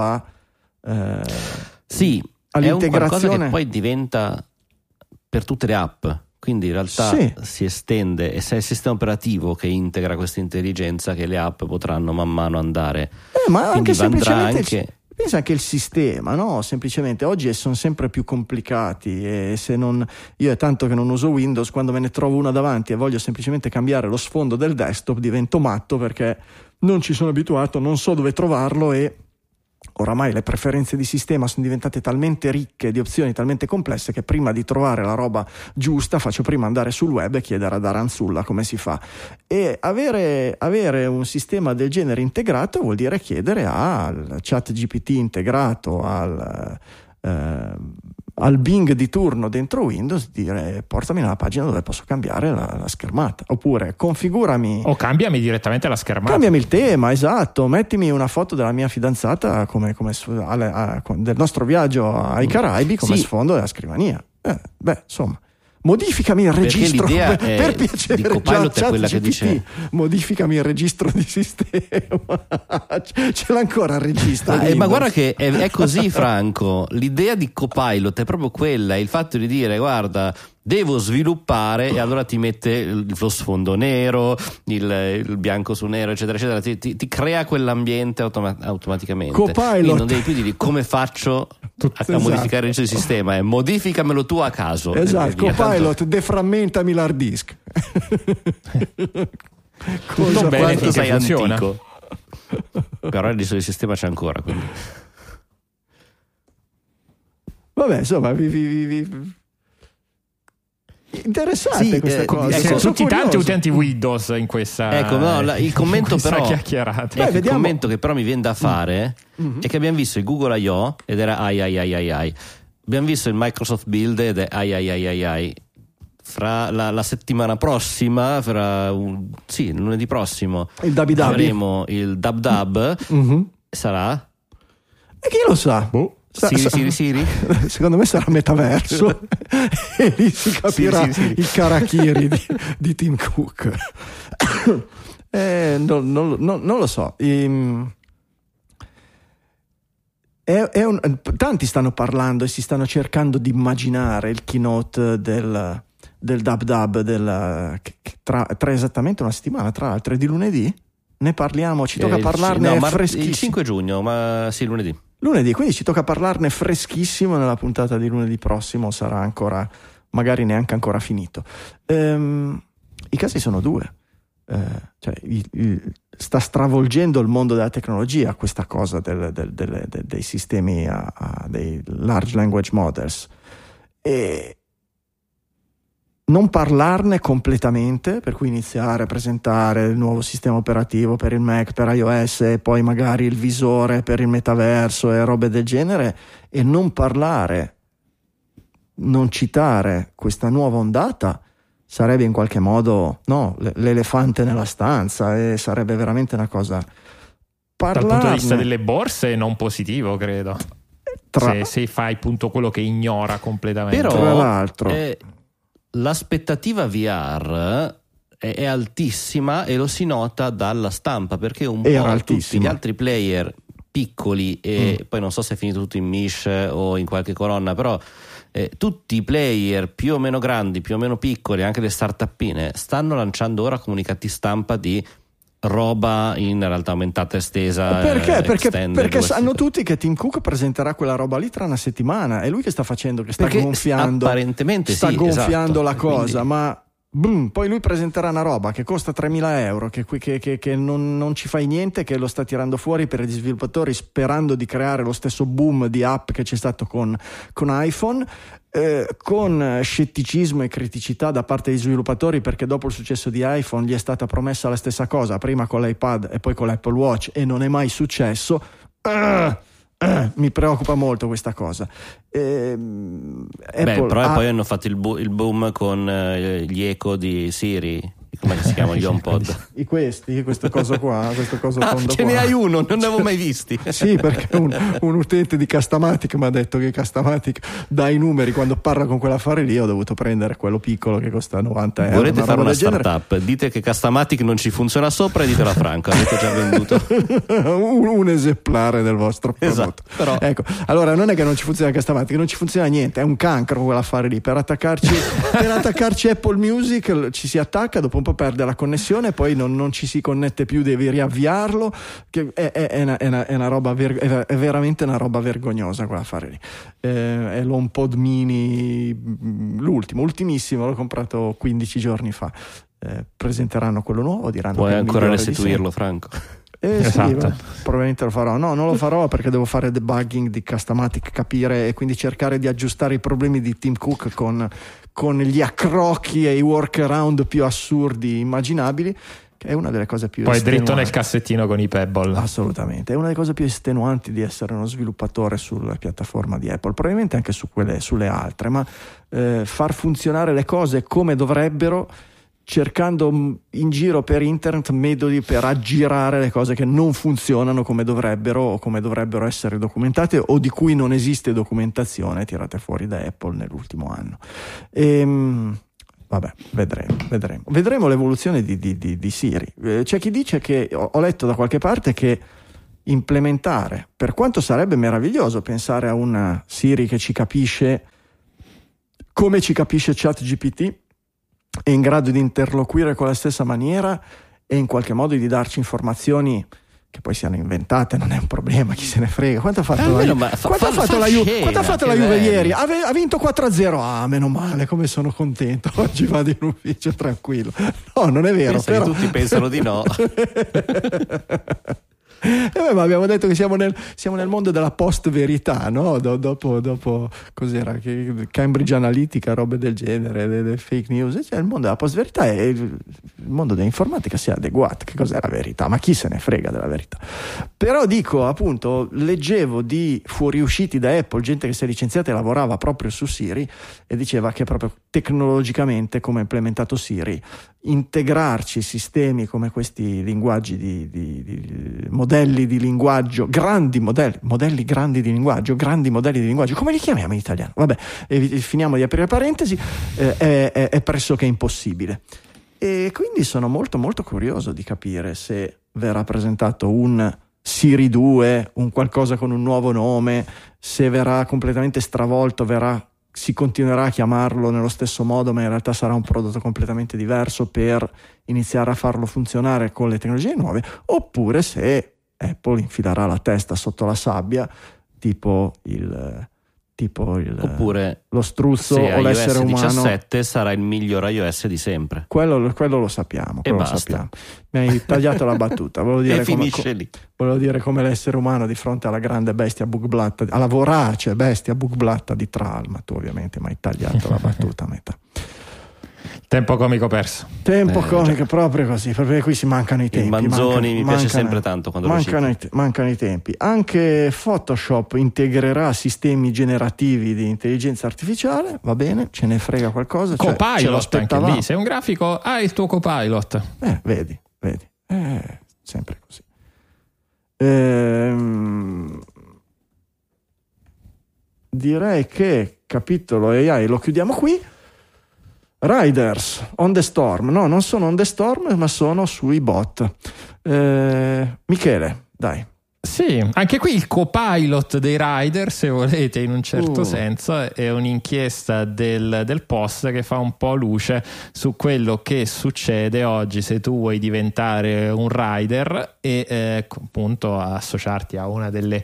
sì, all'integrazione. È un qualcosa che poi diventa per tutte le app, quindi in realtà si estende, e se è il sistema operativo che integra questa intelligenza, che le app potranno man mano andare, ma anche semplicemente pensa anche il sistema, no? Semplicemente oggi sono sempre più complicati, e io è tanto che non uso Windows, quando me ne trovo una davanti e voglio semplicemente cambiare lo sfondo del desktop divento matto, perché non ci sono abituato, non so dove trovarlo, e Oramai le preferenze di sistema sono diventate talmente ricche di opzioni, talmente complesse, che prima di trovare la roba giusta faccio prima andare sul web e chiedere ad Aranzulla come si fa. E avere un sistema del genere integrato vuol dire chiedere al ChatGPT integrato, al Bing di turno dentro Windows, dire portami nella pagina dove posso cambiare la schermata, oppure configurami o cambiami direttamente la schermata, cambiami il tema, esatto, mettimi una foto della mia fidanzata come del nostro viaggio ai Caraibi come sfondo della scrivania. Insomma, modificami il registro per piacere di Copilot è quella che dice modificami il registro di sistema. Ce l'ha ancora il registro ma guarda che è così, Franco. L'idea di Copilot è proprio quella, il fatto di dire guarda devo sviluppare e allora ti mette lo sfondo nero, il bianco su nero, eccetera eccetera, ti crea quell'ambiente automaticamente. Copilot. Quindi non devi più dire come faccio a modificare il sistema, modificamelo tu a caso. Esatto, Copilot, deframmentami l'hard disk. Tutto bene, quanto sei funziona. antico. Però il sistema c'è ancora, quindi. Vabbè, insomma, interessante questa cosa. Sono tutti tanti utenti Windows in questa. Ecco, no, il commento però chiacchierata. Il commento che però mi viene da fare è che abbiamo visto il Google I.O. ed era ai. Abbiamo visto il Microsoft Build ed è ai. Fra la settimana prossima, lunedì prossimo, il Dabi avremo il Dab. Sarà? E chi lo sa? Siri? Secondo me sarà metaverso e lì si capirà il Karakiri di Tim Cook. Non lo so. Tanti stanno parlando e si stanno cercando di immaginare il keynote del Dab tra esattamente una settimana, tra l'altro è di lunedì. Ne parliamo, ci tocca parlarne freschissimo. Il 5 giugno, ma sì, lunedì, quindi ci tocca parlarne freschissimo nella puntata di lunedì prossimo, sarà ancora magari neanche ancora finito. I casi sono due, sta stravolgendo il mondo della tecnologia questa cosa dei sistemi dei large language models, e non parlarne completamente, per cui iniziare a presentare il nuovo sistema operativo per il Mac, per iOS, e poi magari il visore per il metaverso e robe del genere, e non citare questa nuova ondata, sarebbe in qualche modo l'elefante nella stanza, e sarebbe veramente una cosa. Dal punto di vista delle borse non positivo, credo, se fai appunto quello che ignora completamente. Però, tra l'altro l'aspettativa VR è altissima e lo si nota dalla stampa, perché un po' tutti gli altri player piccoli, e poi non so se è finito tutto in Mish o in qualche colonna, però tutti i player più o meno grandi, più o meno piccoli, anche le startupine, stanno lanciando ora comunicati stampa di roba in realtà aumentata, estesa. Perché sanno tutti che Tim Cook presenterà quella roba lì tra una settimana, è lui che sta facendo, che sta gonfiando, apparentemente gonfiando la cosa, quindi. Ma poi lui presenterà una roba che costa 3.000 euro, che non ci fai niente, che lo sta tirando fuori per gli sviluppatori, sperando di creare lo stesso boom di app che c'è stato con iPhone, con scetticismo e criticità da parte degli sviluppatori, perché dopo il successo di iPhone gli è stata promessa la stessa cosa, prima con l'iPad e poi con l'Apple Watch, e non è mai successo. Mi preoccupa molto questa cosa. Però poi hanno fatto il boom con gli eco di Siri, come si chiama, gli HomePod. Questo coso qua, questo coso tondo ce qua. ne hai uno, non ne avevo mai visti. Sì, perché un utente di Castamatic mi ha detto che Castamatic dà i numeri quando parla con quell'affare lì. Ho dovuto prendere quello piccolo che costa 90 euro. Volete fare una startup? Dite che Castamatic non ci funziona sopra e ditelo a Franco, avete già venduto un esemplare del vostro prodotto. Esatto, però. Ecco, allora non è che non ci funziona Castamatic, non ci funziona niente, è un cancro quell'affare lì. Per attaccarci Apple Music ci si attacca, dopo un po' perde la connessione e poi non ci si connette più, devi riavviarlo, che è una roba è veramente una roba vergognosa quell'affare lì. È l'HomePod mini, ultimissimo, l'ho comprato 15 giorni fa. Presenteranno quello nuovo, diranno puoi che è ancora il restituirlo, Franco? Esatto. Sì, probabilmente lo farò. No, non lo farò perché devo fare debugging di Customatic, capire e quindi cercare di aggiustare i problemi di Tim Cook con gli accrocchi e i workaround più assurdi immaginabili, che è una delle cose più poi estenuanti. dritto nel cassettino con i Pebble. Assolutamente, è una delle cose più estenuanti di essere uno sviluppatore sulla piattaforma di Apple, probabilmente anche sulle altre, ma far funzionare le cose come dovrebbero, cercando in giro per internet metodi per aggirare le cose che non funzionano come dovrebbero o come dovrebbero essere documentate o di cui non esiste documentazione tirate fuori da Apple nell'ultimo anno. Vabbè, vedremo l'evoluzione di Siri. C'è chi dice che ho letto da qualche parte che implementare, per quanto sarebbe meraviglioso pensare a una Siri che ci capisce come ci capisce ChatGPT, è in grado di interloquire con la stessa maniera e in qualche modo di darci informazioni che poi siano inventate, non è un problema, chi se ne frega. Quanto ha fatto la Juve ieri? Ha vinto 4-0. Ah, meno male, come sono contento. Oggi vado in ufficio tranquillo. No, non è vero. Pensa che tutti pensano di no. Ma abbiamo detto che siamo nel mondo della post-verità, no? Dopo cos'era? Cambridge Analytica, robe del genere, delle fake news. Cioè, il mondo della post-verità e il mondo dell'informatica si è adeguato. Che cos'è la verità? Ma chi se ne frega della verità? Però dico, appunto, leggevo di fuoriusciti da Apple, gente che si è licenziata e lavorava proprio su Siri e diceva che proprio tecnologicamente, come ha implementato Siri, integrarci sistemi come questi linguaggi di modelli di linguaggio, grandi modelli grandi di linguaggio, come li chiamiamo in italiano? Vabbè, finiamo di aprire parentesi, è pressoché impossibile. E quindi sono molto molto curioso di capire se verrà presentato un Siri 2, un qualcosa con un nuovo nome, se verrà completamente stravolto, si continuerà a chiamarlo nello stesso modo, ma in realtà sarà un prodotto completamente diverso per iniziare a farlo funzionare con le tecnologie nuove, oppure se Apple infilerà la testa sotto la sabbia, tipo oppure lo struzzo se o l'essere iOS umano. 17 sarà il miglior iOS di sempre. Quello lo sappiamo. E basta. Mi hai tagliato la battuta. Volevo dire e finisce lì. Volevo dire come l'essere umano di fronte alla grande bestia bugblatta, alla vorace bestia bugblatta di Thrall, ma tu ovviamente mi hai tagliato la battuta a metà. Tempo comico perso. Tempo comico, proprio così, perché qui si mancano i tempi. Il Manzoni mi piace sempre tanto quando mancano i tempi. Anche Photoshop integrerà sistemi generativi di intelligenza artificiale, va bene, ce ne frega qualcosa. Copilot anche lì, sei un grafico, hai il tuo Copilot. Vedi, sempre così. Direi che capitolo AI lo chiudiamo qui. Riders on the Storm, no, non sono on the Storm, ma sono sui bot. Michele, dai. Sì, anche qui il Copilot dei rider, se volete, in un certo senso, è un'inchiesta del Post che fa un po' luce su quello che succede oggi se tu vuoi diventare un rider e appunto associarti a una delle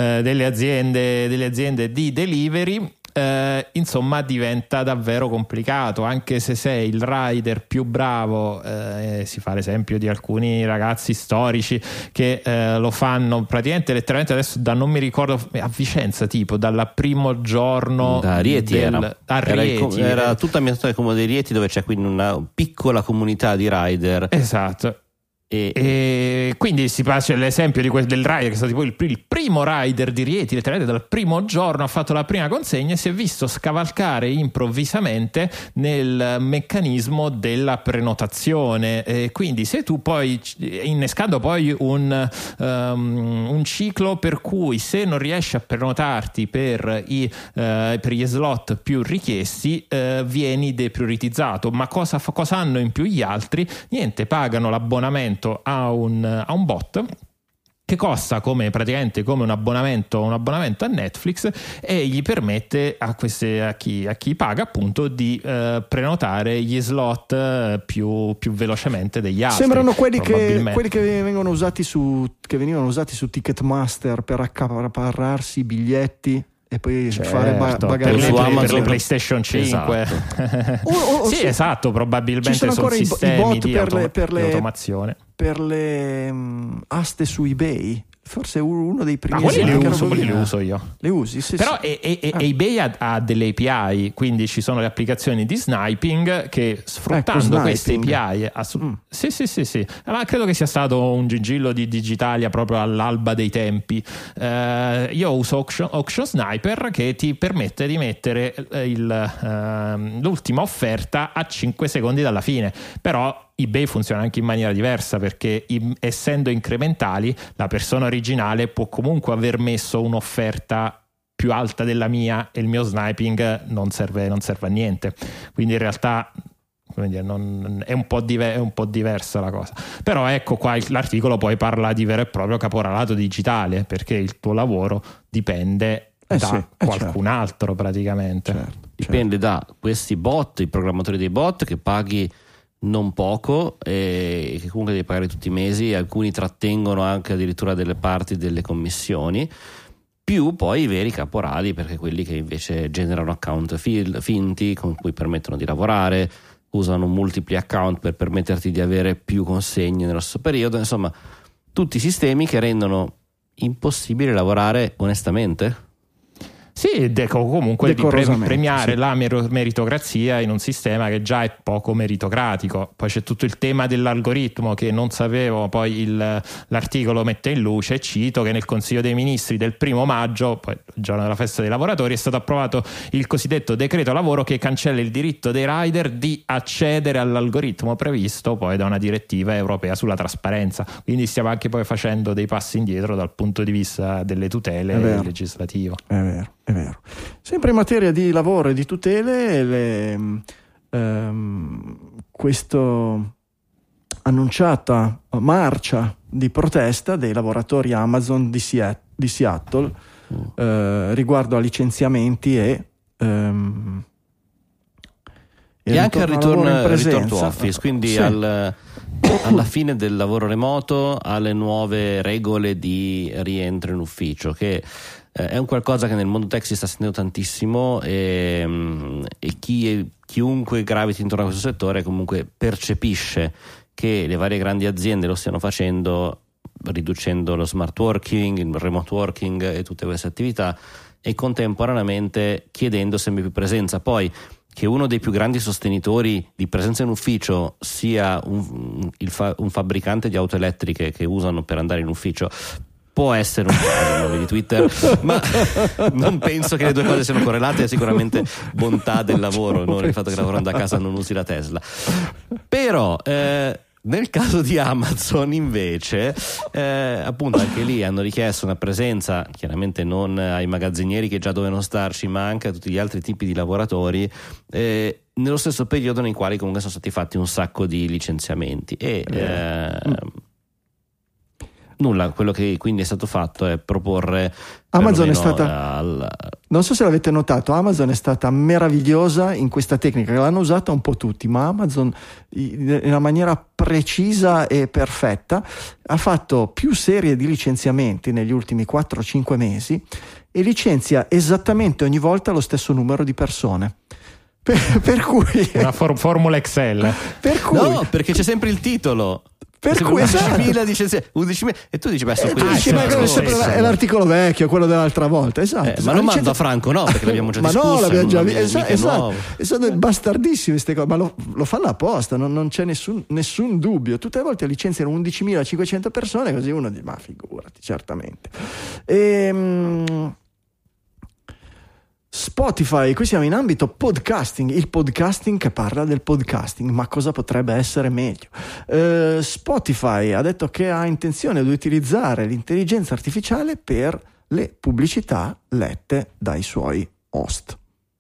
aziende di delivery. Insomma, diventa davvero complicato, anche se sei il rider più bravo. Si fa l'esempio di alcuni ragazzi storici che lo fanno praticamente letteralmente adesso da, non mi ricordo, a Vicenza, tipo dal primo giorno da Rieti era tutta ambientata come dei Rieti, dove c'è quindi una piccola comunità di rider. Esatto. E quindi si passa l'esempio del rider che è stato tipo il primo rider di Rieti, letteralmente dal primo giorno ha fatto la prima consegna e si è visto scavalcare improvvisamente nel meccanismo della prenotazione. E quindi se tu poi, innescando poi un ciclo per cui se non riesci a prenotarti per gli slot più richiesti, vieni deprioritizzato. Ma cosa hanno in più gli altri? Niente, pagano l'abbonamento a un bot che costa praticamente come un abbonamento a Netflix e gli permette a chi paga appunto di prenotare gli slot più velocemente degli altri. Sembrano quelli che venivano usati su Ticketmaster per accaparrarsi i biglietti e poi fare bagagli su Amazon, per le PlayStation 5. Esatto. Sì, esatto, probabilmente sono sistemi di automazione. per le aste su eBay. Forse uno dei primi quelli esempi li uso io. Le usi, sì. Però sì. eBay ha delle API, quindi ci sono le applicazioni di sniping che sfruttando queste API sì. Ma credo che sia stato un gigillo di Digitalia proprio all'alba dei tempi. Io uso Auction Sniper, che ti permette di mettere l'ultima offerta a 5 secondi dalla fine, però eBay funziona anche in maniera diversa, perché essendo incrementali la persona originale può comunque aver messo un'offerta più alta della mia e il mio sniping non serve a niente, quindi in realtà è un po' diversa la cosa. Però ecco qua l'articolo poi parla di vero e proprio caporalato digitale, perché il tuo lavoro dipende da qualcun altro praticamente. Dipende da questi bot, i programmatori dei bot, che paghi non poco e che comunque devi pagare tutti i mesi, alcuni trattengono anche addirittura delle parti delle commissioni, più poi i veri caporali, perché quelli che invece generano account finti con cui permettono di lavorare, usano multipli account per permetterti di avere più consegne nello stesso periodo, insomma tutti i sistemi che rendono impossibile lavorare onestamente. Sì, comunque di premiare la meritocrazia in un sistema che già è poco meritocratico. Poi c'è tutto il tema dell'algoritmo che non sapevo, poi l'articolo mette in luce, e cito che nel Consiglio dei Ministri del 1 maggio, poi il giorno della festa dei lavoratori, è stato approvato il cosiddetto decreto lavoro che cancella il diritto dei rider di accedere all'algoritmo previsto poi da una direttiva europea sulla trasparenza. Quindi stiamo anche poi facendo dei passi indietro dal punto di vista delle tutele legislativo. È vero. Sempre in materia di lavoro e di tutele, questo annunciata marcia di protesta dei lavoratori Amazon di Seattle riguardo a licenziamenti e anche al return to office, quindi alla fine del lavoro remoto, alle nuove regole di rientro in ufficio, che è un qualcosa che nel mondo tech si sta sentendo tantissimo, e chiunque graviti intorno a questo settore comunque percepisce che le varie grandi aziende lo stiano facendo, riducendo lo smart working, il remote working e tutte queste attività, e contemporaneamente chiedendo sempre più presenza. Poi che uno dei più grandi sostenitori di presenza in ufficio sia un fabbricante di auto elettriche che usano per andare in ufficio può essere un po' di Twitter, ma non penso che le due cose siano correlate. È sicuramente bontà del lavoro, non il fatto che lavorando da casa non usi la Tesla. Però nel caso di Amazon invece appunto anche lì hanno richiesto una presenza, chiaramente non ai magazzinieri che già dovevano starci, ma anche a tutti gli altri tipi di lavoratori, nello stesso periodo nei quali comunque sono stati fatti un sacco di licenziamenti nulla. Quello che quindi è stato fatto è proporre, Amazon è stata non so se l'avete notato, Amazon è stata meravigliosa in questa tecnica, che l'hanno usata un po' tutti, ma Amazon in una maniera precisa e perfetta ha fatto più serie di licenziamenti negli ultimi 4-5 mesi e licenzia esattamente ogni volta lo stesso numero di persone. Per cui una formula Excel, per cui, no, perché c'è sempre il titolo. Per cui 11.000 e tu dici è l'articolo vecchio, quello dell'altra volta, esatto. Ma lo mando a Franco, no, perché l'abbiamo già discusso. Ma no, l'abbiamo già esatto. Sono bastardissime queste cose, ma lo fanno apposta, non c'è nessun dubbio. Tutte le volte licenziano 11.500 persone, così uno dice ma figurati, certamente. Spotify, qui siamo in ambito podcasting, il podcasting che parla del podcasting, ma cosa potrebbe essere meglio? Spotify ha detto che ha intenzione di utilizzare l'intelligenza artificiale per le pubblicità lette dai suoi host.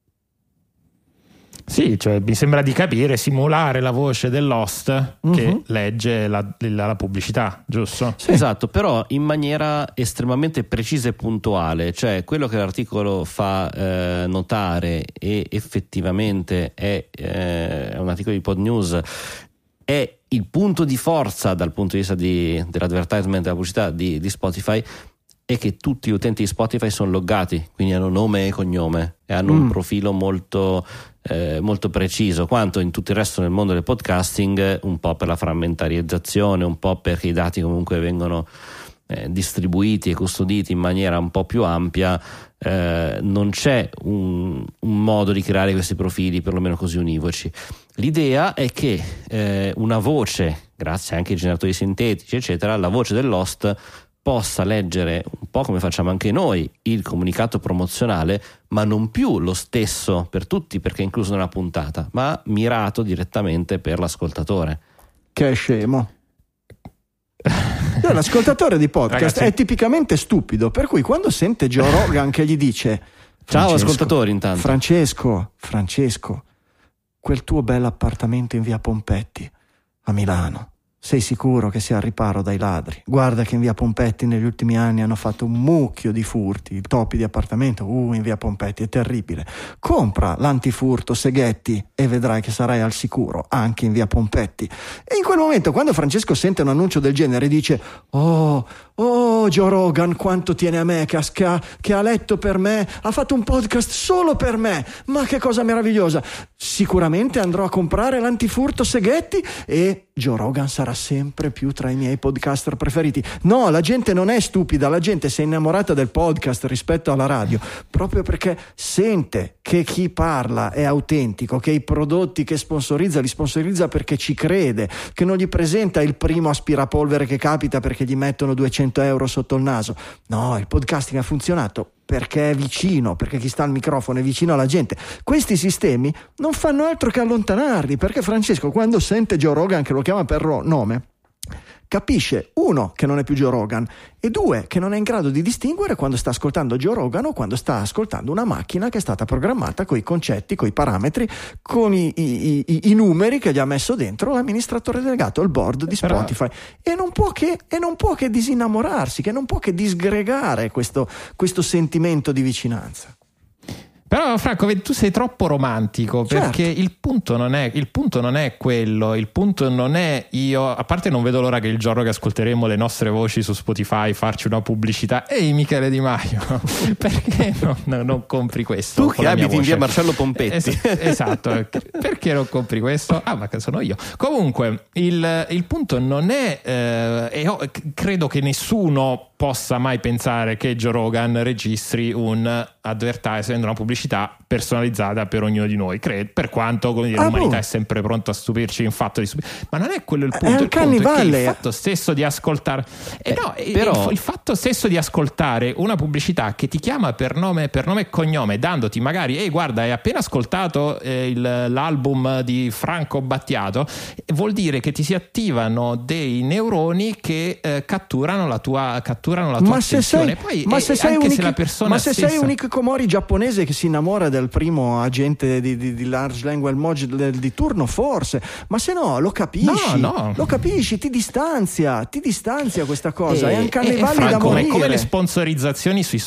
Sì, cioè mi sembra di capire, simulare la voce dell'host che legge la pubblicità, giusto? Sì. Esatto, però in maniera estremamente precisa e puntuale, cioè quello che l'articolo fa notare, e effettivamente è un articolo di PodNews, è il punto di forza dal punto di vista dell'advertisement, della pubblicità di Spotify, è che tutti gli utenti di Spotify sono loggati, quindi hanno nome e cognome e hanno un profilo molto preciso, quanto in tutto il resto del mondo del podcasting, un po' per la frammentarizzazione, un po' perché i dati comunque vengono distribuiti e custoditi in maniera un po' più ampia. Non c'è un modo di creare questi profili perlomeno così univoci. L'idea è che una voce, grazie anche ai generatori sintetici eccetera, la voce dell'host possa leggere un po' come facciamo anche noi il comunicato promozionale, ma non più lo stesso per tutti perché è incluso nella puntata, ma mirato direttamente per l'ascoltatore. Che è scemo. L'ascoltatore di podcast, ragazzi, è tipicamente stupido, per cui quando sente Joe Rogan che gli dice: ciao ascoltatori, intanto Francesco, quel tuo bell'appartamento in via Pompetti a Milano, sei sicuro che sia al riparo dai ladri? Guarda che in via Pompetti negli ultimi anni hanno fatto un mucchio di furti, i topi di appartamento, in via Pompetti è terribile. Compra l'antifurto Seghetti e vedrai che sarai al sicuro anche in via Pompetti. E in quel momento, quando Francesco sente un annuncio del genere, dice: oh Joe Rogan quanto tiene a me, che ha letto per me, ha fatto un podcast solo per me, ma che cosa meravigliosa. Sicuramente andrò a comprare l'antifurto Seghetti e Joe Rogan sarà sempre più tra i miei podcaster preferiti. No, la gente non è stupida, la gente si è innamorata del podcast rispetto alla radio proprio perché sente che chi parla è autentico, che i prodotti che sponsorizza li sponsorizza perché ci crede, che non gli presenta il primo aspirapolvere che capita perché gli mettono 200 euro sotto il naso. No, il podcasting ha funzionato perché è vicino, perché chi sta al microfono è vicino alla gente. Questi sistemi non fanno altro che allontanarli, perché Francesco, quando sente Joe Rogan che lo chiama per nome, capisce, uno, che non è più Joe Rogan, e due, che non è in grado di distinguere quando sta ascoltando Joe Rogan o quando sta ascoltando una macchina che è stata programmata con i concetti, con i parametri, con i numeri che gli ha messo dentro l'amministratore delegato, il board di Spotify. E non può che disinnamorarsi, che non può che disgregare questo sentimento di vicinanza. Però Franco, tu sei troppo romantico, perché certo, il punto non è quello, il punto non è io, a parte non vedo l'ora che il giorno che ascolteremo le nostre voci su Spotify farci una pubblicità. Ehi Michele Di Maio, perché non compri questo? Tu che abiti in via Marcello Pompetti. Esatto, perché non compri questo? Ah, ma che sono io. Comunque il punto non è io credo che nessuno possa mai pensare che Joe Rogan registri un advertisement, una pubblicità personalizzata per ognuno di noi, per quanto, come dire, l'umanità è sempre pronta a stupirci in fatto di ma non è quello il punto. Il punto è che il fatto stesso di ascoltare il fatto stesso di ascoltare una pubblicità che ti chiama per nome e cognome, dandoti magari guarda, hai appena ascoltato l'album di Franco Battiato, vuol dire che ti si attivano dei neuroni che catturano la tua attenzione. Se sei un hikikomori giapponese che si innamora del primo agente di large language model di turno, forse, ma se no lo capisci, lo capisci, ti distanzia questa cosa, è un canniballi da morire. Come le sponsorizzazioni sui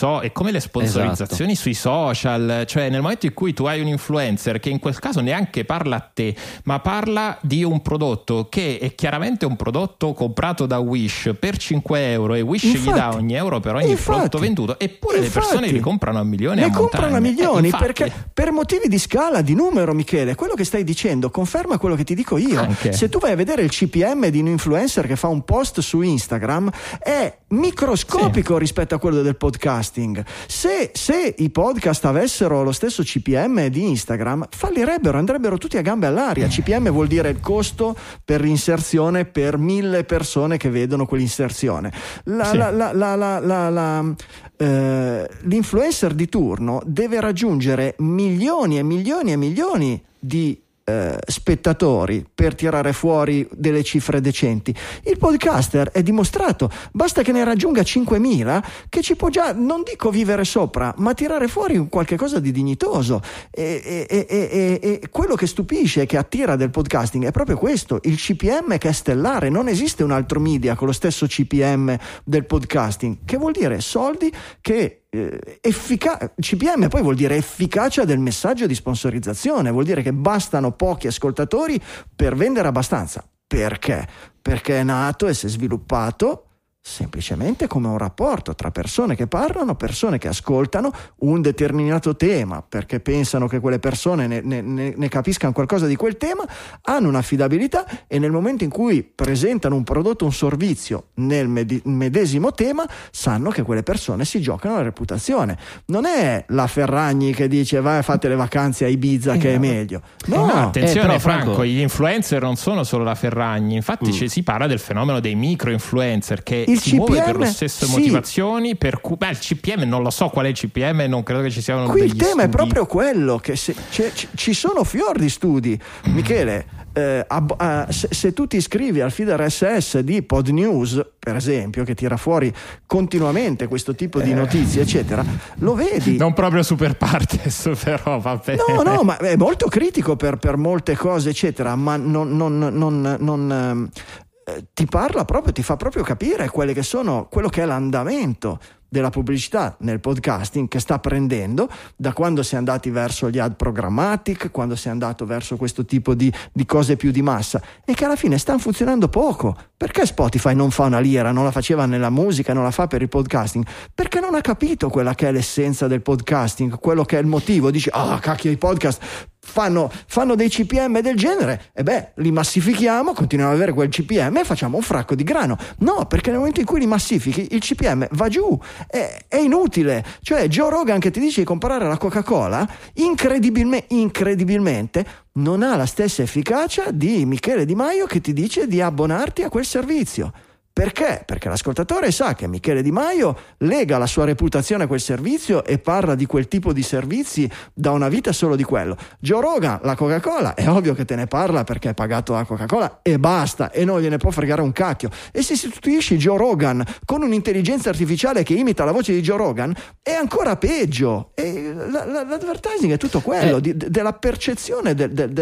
sui social, cioè nel momento in cui tu hai un influencer che in quel caso neanche parla a te, ma parla di un prodotto che è chiaramente un prodotto comprato da Wish per 5 euro e Wish gli dà ogni euro per ogni prodotto venduto, eppure le persone li comprano a milioni, perché per motivi di scala, di numero. Michele, quello che stai dicendo conferma quello che ti dico io. Anche. Se tu vai a vedere il CPM di un influencer che fa un post su Instagram, è microscopico rispetto a quello del podcasting. Se i podcast avessero lo stesso CPM di Instagram, fallirebbero, andrebbero tutti a gambe all'aria. CPM vuol dire il costo per l'inserzione per 1000 persone che vedono quell'inserzione. L'influencer di turno deve raggiungere milioni e milioni e milioni di spettatori per tirare fuori delle cifre decenti. Il podcaster è dimostrato, basta che ne raggiunga 5.000 che ci può già, non dico vivere sopra, ma tirare fuori qualche cosa di dignitoso. E quello che stupisce e che attira del podcasting è proprio questo, il CPM che è stellare. Non esiste un altro media con lo stesso CPM del podcasting, che vuol dire soldi che CPM poi vuol dire efficacia del messaggio di sponsorizzazione, vuol dire che bastano pochi ascoltatori per vendere abbastanza. Perché? Perché è nato e si è sviluppato semplicemente come un rapporto tra persone che parlano, persone che ascoltano un determinato tema perché pensano che quelle persone ne capiscano qualcosa di quel tema, hanno un'affidabilità e nel momento in cui presentano un prodotto, un servizio nel medesimo tema, sanno che quelle persone si giocano la reputazione. Non è la Ferragni che dice vai, fate le vacanze a Ibiza che è meglio. No, attenzione però, Franco, gli influencer non sono solo la Ferragni, infatti si parla del fenomeno dei micro influencer che il si muove per le CPM, stesse sì. motivazioni, per cui il CPM non lo so qual è il CPM, non credo che ci siano qui degli il tema studi. è proprio quello che ci sono fior di studi, Michele. Se tu ti iscrivi al feed RSS di PodNews, per esempio, che tira fuori continuamente questo tipo di notizie, eccetera, lo vedi. Non proprio super partes, però va bene. No, ma è molto critico per molte cose, eccetera, ma non ti parla proprio, ti fa proprio capire quello che è l'andamento della pubblicità nel podcasting che sta prendendo da quando si è andati verso gli ad programmatic, quando si è andato verso questo tipo di cose più di massa, e che alla fine stanno funzionando poco. Perché Spotify non fa una lira, non la faceva nella musica, non la fa per il podcasting? Perché non ha capito quella che è l'essenza del podcasting, quello che è il motivo. Dici, cacchio, i podcast fanno dei CPM del genere, e li massifichiamo, continuiamo ad avere quel CPM e facciamo un fracco di grano. No, perché nel momento in cui li massifichi il CPM va giù, è inutile. Cioè Joe Rogan che ti dice di comprare la Coca-Cola incredibilmente non ha la stessa efficacia di Michele Di Maio che ti dice di abbonarti a quel servizio. Perché? Perché l'ascoltatore sa che Michele Di Maio lega la sua reputazione a quel servizio e parla di quel tipo di servizi da una vita solo di quello. Joe Rogan, la Coca-Cola, è ovvio che te ne parla perché è pagato la Coca-Cola e basta, e non gliene può fregare un cacchio. E se sostituisci Joe Rogan con un'intelligenza artificiale che imita la voce di Joe Rogan, è ancora peggio. E l'advertising è tutto quello, della percezione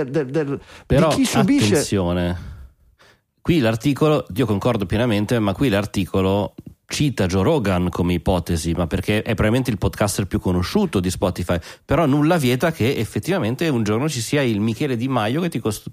però, di chi subisce. Attenzione. Qui l'articolo, io concordo pienamente, ma qui l'articolo cita Joe Rogan come ipotesi, ma perché è probabilmente il podcaster più conosciuto di Spotify, però nulla vieta che effettivamente un giorno ci sia il Michele Di Maio che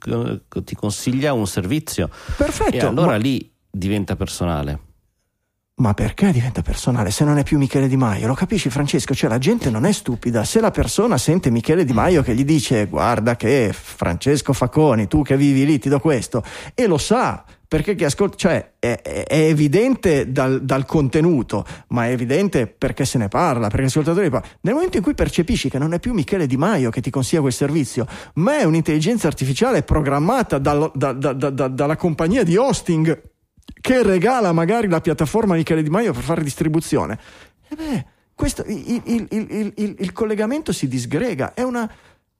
ti consiglia un servizio. Perfetto. E allora lì diventa personale. Ma perché diventa personale se non è più Michele Di Maio? Lo capisci, Francesco? Cioè la gente non è stupida. Se la persona sente Michele Di Maio che gli dice guarda che Francesco Facconi, tu che vivi lì ti do questo, e lo sa, perché chi ascolta, cioè è evidente dal contenuto, ma è evidente perché se ne parla, perché l'ascoltatore parla. Nel momento in cui percepisci che non è più Michele Di Maio che ti consiglia quel servizio, ma è un'intelligenza artificiale programmata dalla compagnia di hosting che regala magari la piattaforma Michele Di Maio per fare distribuzione, questo, il collegamento si disgrega, è un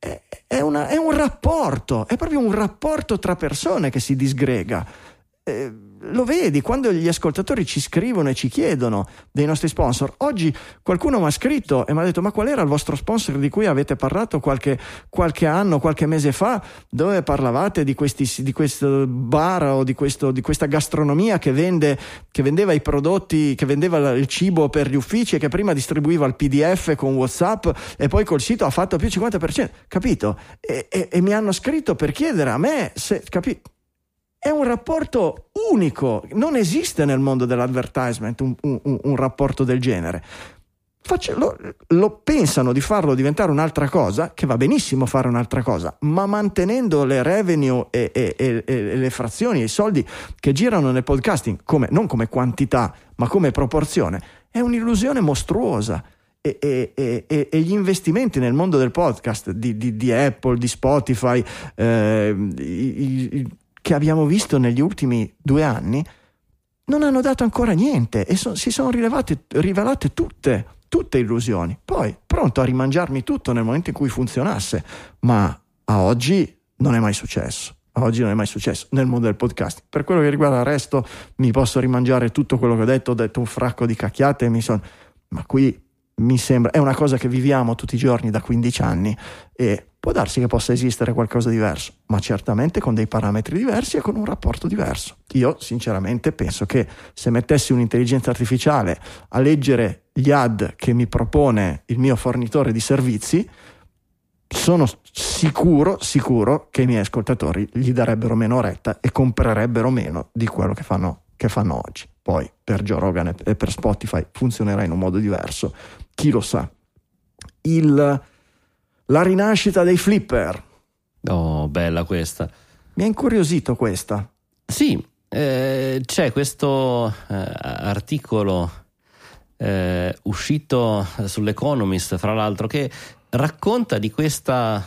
rapporto, è proprio un rapporto tra persone che si disgrega. Lo vedi quando gli ascoltatori ci scrivono e ci chiedono dei nostri sponsor. Oggi qualcuno mi ha scritto e mi ha detto ma qual era il vostro sponsor di cui avete parlato qualche anno, qualche mese fa, dove parlavate di questo bar o di questa gastronomia che vendeva i prodotti, che vendeva il cibo per gli uffici e che prima distribuiva il PDF con WhatsApp e poi col sito ha fatto più 50%, capito? E mi hanno scritto per chiedere a me se, capito? È un rapporto unico, non esiste nel mondo dell'advertisement un rapporto del genere. Lo pensano di farlo diventare un'altra cosa, che va benissimo fare un'altra cosa, ma mantenendo le revenue e le frazioni e i soldi che girano nel podcasting non come quantità ma come proporzione, è un'illusione mostruosa. E gli investimenti nel mondo del podcast di Apple, di Spotify, che abbiamo visto negli ultimi 2 anni non hanno dato ancora niente e si sono rivelate tutte illusioni. Poi pronto a rimangiarmi tutto nel momento in cui funzionasse, ma a oggi non è mai successo. Nel mondo del podcast. Per quello che riguarda il resto mi posso rimangiare tutto quello che ho detto un fracco di cacchiate ma qui mi sembra è una cosa che viviamo tutti i giorni da 15 anni e può darsi che possa esistere qualcosa diverso, ma certamente con dei parametri diversi e con un rapporto diverso. Io sinceramente penso che se mettessi un'intelligenza artificiale a leggere gli ad che mi propone il mio fornitore di servizi, sono sicuro che i miei ascoltatori gli darebbero meno retta e comprerebbero meno di quello che fanno oggi. poi per Joe Rogan e per Spotify funzionerà in un modo diverso, chi lo sa. La rinascita dei flipper. Oh, bella questa. Mi ha incuriosito questa. Sì, c'è questo articolo uscito sull'Economist, fra l'altro, che racconta di questa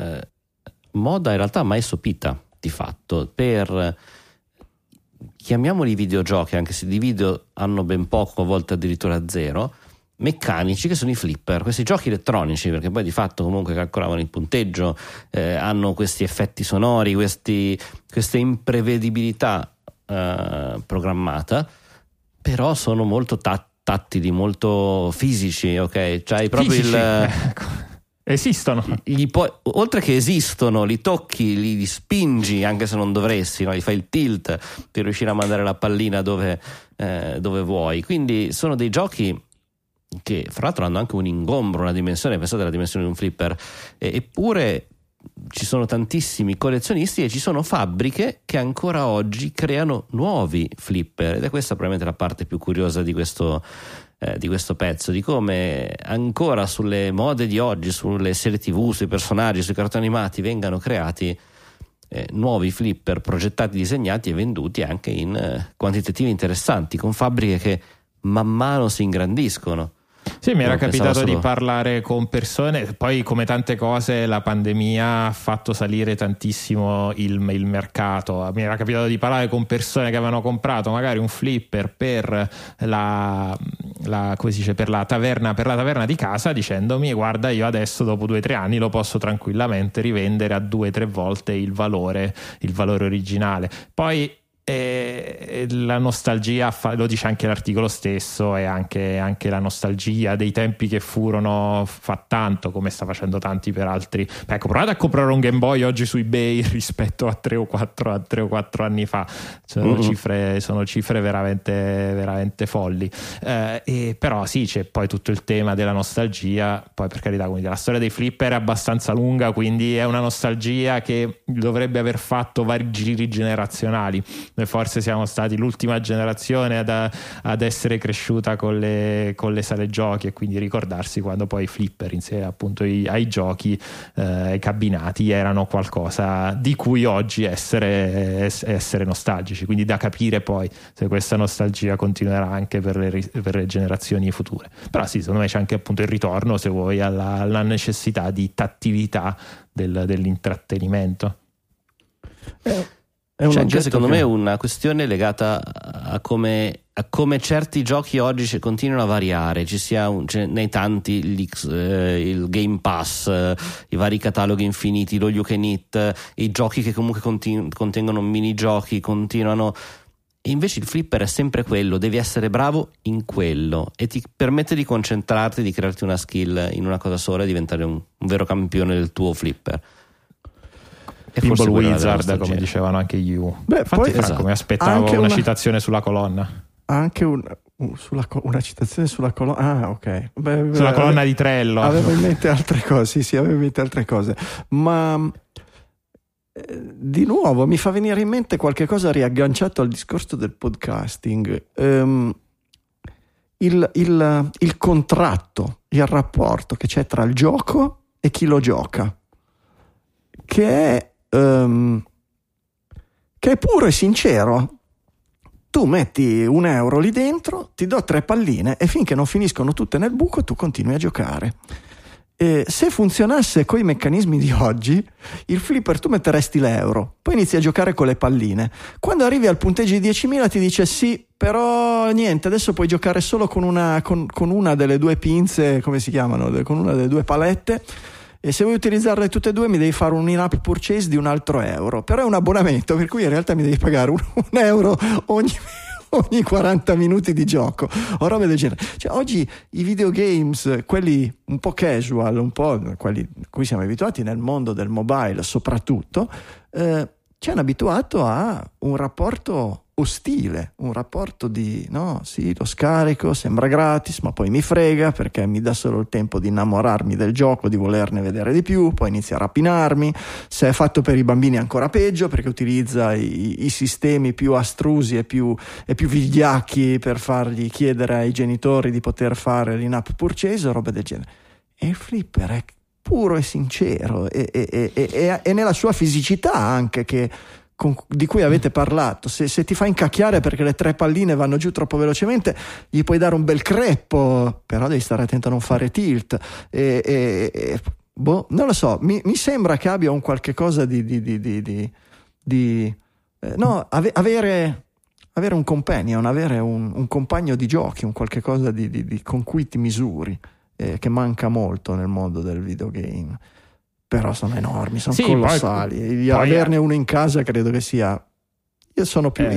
moda in realtà mai sopita di fatto per, chiamiamoli videogiochi, anche se di video hanno ben poco, a volte addirittura zero, meccanici, che sono i flipper, questi giochi elettronici, perché poi di fatto comunque calcolavano il punteggio, hanno questi effetti sonori, queste imprevedibilità programmata, però sono molto tattili, molto fisici, ok? C'hai proprio Fisici. il Esistono. oltre che esistono, li tocchi, li spingi anche se non dovresti, no? Gli fai il tilt per riuscire a mandare la pallina dove vuoi. Quindi sono dei giochi che fra l'altro hanno anche un ingombro, una dimensione, pensate alla dimensione di un flipper, eppure ci sono tantissimi collezionisti e ci sono fabbriche che ancora oggi creano nuovi flipper, ed è questa probabilmente la parte più curiosa di questo pezzo, di come ancora sulle mode di oggi, sulle serie TV, sui personaggi, sui cartoni animati vengano creati nuovi flipper progettati, disegnati e venduti anche in quantitativi interessanti, con fabbriche che man mano si ingrandiscono. Sì, mi era capitato di parlare con persone, poi come tante cose la pandemia ha fatto salire tantissimo il mercato. Mi era capitato di parlare con persone che avevano comprato magari un flipper per come si dice, per la taverna di casa, dicendomi: guarda, io adesso dopo 2 o 3 anni lo posso tranquillamente rivendere a 2 o 3 volte il valore originale. Poi la nostalgia, lo dice anche l'articolo stesso, e anche la nostalgia dei tempi che furono fa tanto, come sta facendo tanti per altri. Ecco, provate a comprare un Game Boy oggi su eBay rispetto a 3 o 4 anni fa, sono cifre veramente, veramente folli. Però sì, c'è poi tutto il tema della nostalgia. Poi, per carità, quindi la storia dei flipper è abbastanza lunga, quindi è una nostalgia che dovrebbe aver fatto vari giri generazionali. Noi forse siamo stati l'ultima generazione ad essere cresciuta con le sale giochi, e quindi ricordarsi quando poi i flipper insieme appunto ai giochi cabinati erano qualcosa di cui oggi essere nostalgici. Quindi da capire poi se questa nostalgia continuerà anche per le generazioni future. Però sì, secondo me c'è anche appunto il ritorno, se vuoi, alla necessità di tattività dell'intrattenimento. C'è anche secondo me una questione legata a come certi giochi oggi continuano a variare, ci sia nei tanti il Game Pass, i vari cataloghi infiniti, lo You Can Eat, i giochi che comunque contengono minigiochi continuano. E invece il flipper è sempre quello, devi essere bravo in quello, e ti permette di concentrarti, di crearti una skill in una cosa sola e diventare un vero campione del tuo flipper. Pinball Wizard, come dicevano anche you. Infatti, poi, Franco, mi aspettavo una citazione sulla colonna. Anche una citazione sulla colonna. Ah, ok. Sulla colonna di Trello. Avevo in mente altre cose, sì, avevo in mente altre cose. Ma di nuovo mi fa venire in mente qualche cosa riagganciato al discorso del podcasting. Il contratto, il rapporto che c'è tra il gioco e chi lo gioca, che è puro e sincero. Tu metti €1 lì dentro, ti do 3 palline e finché non finiscono tutte nel buco tu continui a giocare. Se funzionasse coi meccanismi di oggi, il flipper tu metteresti l'euro, poi inizi a giocare con le palline. Quando arrivi al punteggio di 10.000 ti dice sì, però niente, adesso puoi giocare solo con una delle 2 pinze, come si chiamano, con una delle 2 palette, e se vuoi utilizzarle tutte e 2 mi devi fare un in-app purchase di €1, però è un abbonamento, per cui in realtà mi devi pagare €1 ogni 40 minuti di gioco o robe del genere. Cioè, oggi i videogames, quelli un po' casual, un po' quelli a cui siamo abituati nel mondo del mobile soprattutto, ci hanno abituato a un rapporto ostile, un rapporto di no, sì, lo scarico, sembra gratis, ma poi mi frega perché mi dà solo il tempo di innamorarmi del gioco, di volerne vedere di più, poi inizia a rapinarmi. Se è fatto per i bambini è ancora peggio perché utilizza i sistemi più astrusi e più vigliacchi per fargli chiedere ai genitori di poter fare l'in-app purchase o robe del genere. E il flipper è puro e sincero e nella sua fisicità anche di cui avete parlato. Se ti fa incacchiare perché le 3 palline vanno giù troppo velocemente, gli puoi dare un bel creppo, però devi stare attento a non fare tilt non lo so, mi sembra che abbia un qualche cosa avere un companion, avere un compagno di giochi, un qualche cosa con cui ti misuri, che manca molto nel mondo del videogame. Però sono enormi, sono colossali. Averne uno in casa credo che sia. Io sono più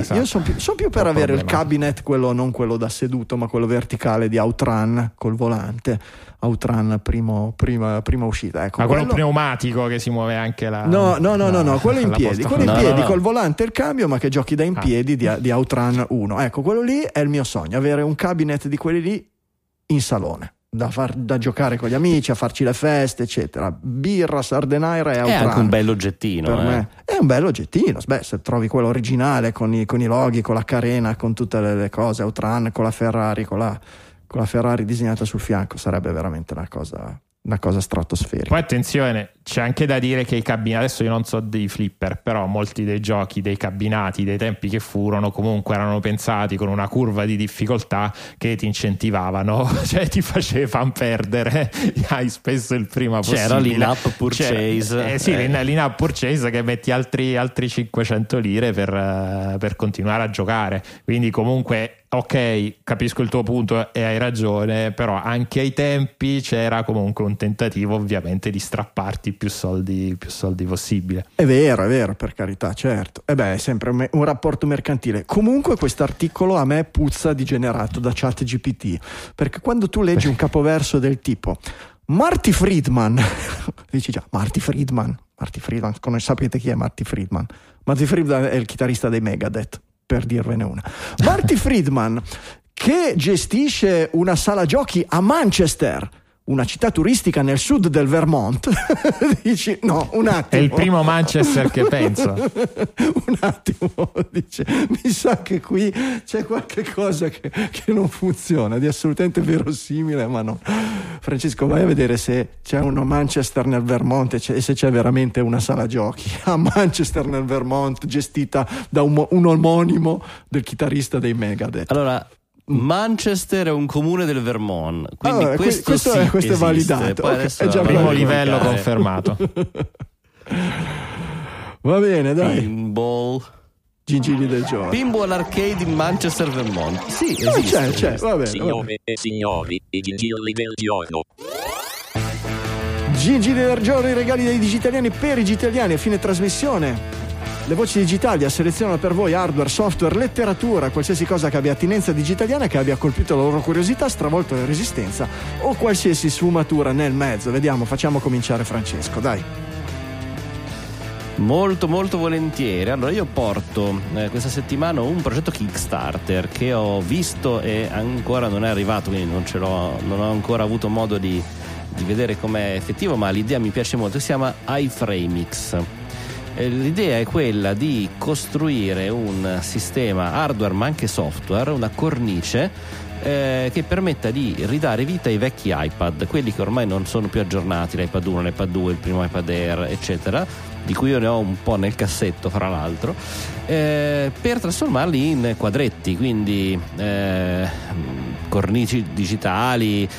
per avere il cabinet, non quello da seduto, ma quello verticale di Outrun col volante. Outrun prima uscita. Ecco, ma quello pneumatico che si muove anche la. No, quello in piedi. Quello in piedi col volante e il cambio, ma che giochi da in piedi di Outrun 1. Ecco, quello lì è il mio sogno, avere un cabinet di quelli lì in salone. Da giocare con gli amici, a farci le feste, eccetera. Birra, Sardenaira e Outrun. È anche un bello oggettino. Per me è un bello oggettino. Beh, se trovi quello originale con i loghi, con la carena, con tutte le cose, Outrun con la Ferrari, con la Ferrari disegnata sul fianco, sarebbe veramente una cosa stratosferica. Poi attenzione, c'è anche da dire che i cabinati, adesso io non so dei flipper, però molti dei giochi, dei cabinati dei tempi che furono, comunque erano pensati con una curva di difficoltà che ti incentivavano, cioè ti facevano perdere, hai spesso il prima possibile. C'era l'in-app purchase. L'in-app purchase che metti altri 500 lire per continuare a giocare, quindi comunque ok, capisco il tuo punto e hai ragione, però anche ai tempi c'era comunque un tentativo ovviamente di strapparti più soldi possibile. È vero, per carità, certo. È sempre un rapporto mercantile. Comunque quest'articolo a me puzza di generato da ChatGPT, perché quando tu leggi un capoverso del tipo Marty Friedman dici già Marty Friedman, sapete chi è Marty Friedman? Marty Friedman è il chitarrista dei Megadeth, per dirvene una. Marty Friedman, che gestisce una sala giochi a Manchester, una città turistica nel sud del Vermont. Dici no, un attimo, è il primo Manchester che penso. Un attimo, dice, mi sa che qui c'è qualche cosa che non funziona, di assolutamente verosimile, ma no. Francesco, vai a vedere se c'è uno Manchester nel Vermont e se c'è veramente una sala giochi a Manchester nel Vermont gestita da un omonimo del chitarrista dei Megadeth. Allora, Manchester è un comune del Vermont, quindi questo è validato. Okay, è già primo livello confermato. Va bene, dai. Pinball Gingilli del giorno. Pinball Arcade in Manchester, Vermont. Sì, c'è, va bene. Signore e signori, i gingilli del giorno. Gingilli del giorno, i regali dei digitaliani per i digitaliani a fine trasmissione. Le voci digitali selezionano per voi hardware, software, letteratura, qualsiasi cosa che abbia attinenza digitaliana, che abbia colpito la loro curiosità, stravolto la resistenza o qualsiasi sfumatura nel mezzo. Vediamo, facciamo cominciare Francesco, dai. Molto molto volentieri. Allora io porto questa settimana un progetto Kickstarter che ho visto e ancora non è arrivato, quindi non ho ancora avuto modo di vedere com'è effettivo, ma l'idea mi piace molto. Si chiama iFrameX. L'idea è quella di costruire un sistema hardware ma anche software, una cornice che permetta di ridare vita ai vecchi iPad, quelli che ormai non sono più aggiornati, l'iPad 1, l'iPad 2, il primo iPad Air, eccetera, di cui io ne ho un po' nel cassetto fra l'altro, per trasformarli in quadretti, quindi cornici digitali,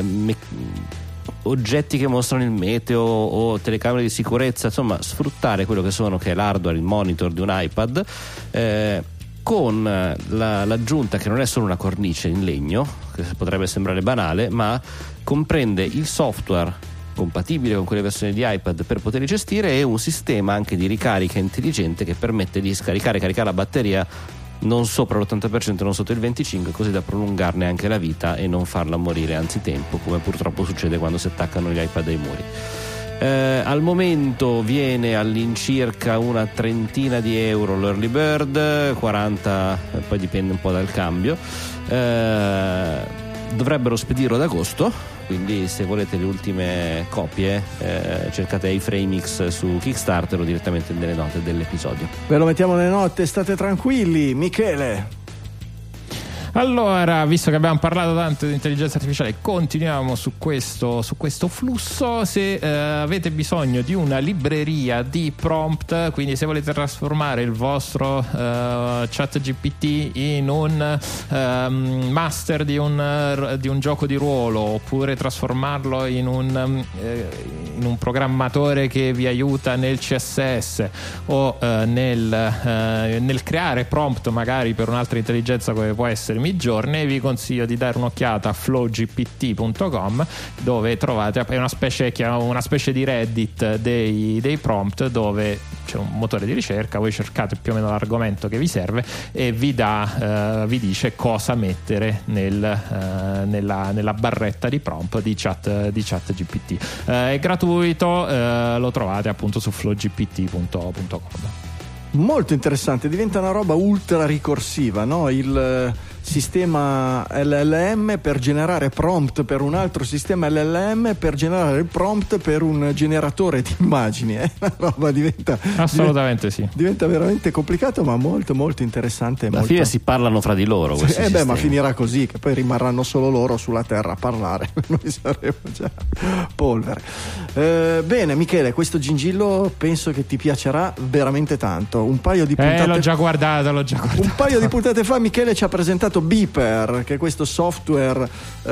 oggetti che mostrano il meteo o telecamere di sicurezza, insomma sfruttare quello che è l'hardware, il monitor di un iPad, con l'aggiunta che non è solo una cornice in legno, che potrebbe sembrare banale, ma comprende il software compatibile con quelle versioni di iPad per poterli gestire e un sistema anche di ricarica intelligente che permette di caricare la batteria non sopra l'80%, non sotto il 25%, così da prolungarne anche la vita e non farla morire anzitempo, come purtroppo succede quando si attaccano gli iPad ai muri. Al momento viene all'incirca una trentina di euro l'early bird, 40, poi dipende un po' dal cambio. Dovrebbero spedirlo ad agosto, quindi se volete le ultime copie cercate iFrameX su Kickstarter o direttamente nelle note dell'episodio. Ve lo mettiamo nelle note, state tranquilli. Michele. Allora, visto che abbiamo parlato tanto di intelligenza artificiale, continuiamo su questo flusso. Se avete bisogno di una libreria di prompt, quindi se volete trasformare il vostro chat GPT in un master di un gioco di ruolo, oppure trasformarlo in un programmatore che vi aiuta nel CSS o nel creare prompt magari per un'altra intelligenza come può essere Midjourney, vi consiglio di dare un'occhiata a flowgpt.com, dove trovate è una specie di Reddit dei prompt, dove c'è un motore di ricerca, voi cercate più o meno l'argomento che vi serve e vi dice cosa mettere nella barretta di prompt di chat GPT. È gratuito, lo trovate appunto su flowgpt.com. Molto interessante, diventa una roba ultra ricorsiva, no? Il sistema LLM per generare prompt per un altro sistema LLM per generare il prompt per un generatore di immagini. La roba diventa sì. Diventa veramente complicato, ma molto molto interessante. Alla fine si parlano fra di loro. Ma finirà così, che poi rimarranno solo loro sulla terra a parlare. Noi saremo già polvere. Bene, Michele, questo gingillo penso che ti piacerà veramente tanto. Un paio di puntate. L'ho già guardato. Un paio di puntate fa Michele ci ha presentato Beeper, che è questo software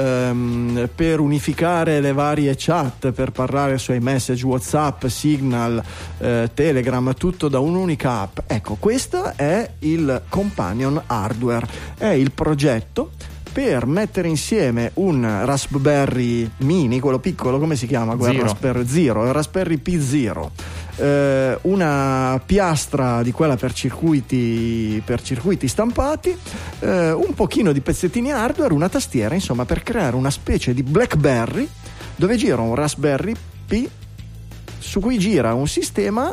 per unificare le varie chat, per parlare su iMessage, WhatsApp, Signal, Telegram, tutto da un'unica app. Ecco, questo è il companion hardware, è il progetto per mettere insieme un Raspberry Mini, quello piccolo, come si chiama? Il Raspberry Pi Zero, una piastra di quella per circuiti stampati, un pochino di pezzettini hardware, una tastiera, insomma, per creare una specie di BlackBerry dove gira un Raspberry Pi su cui gira un sistema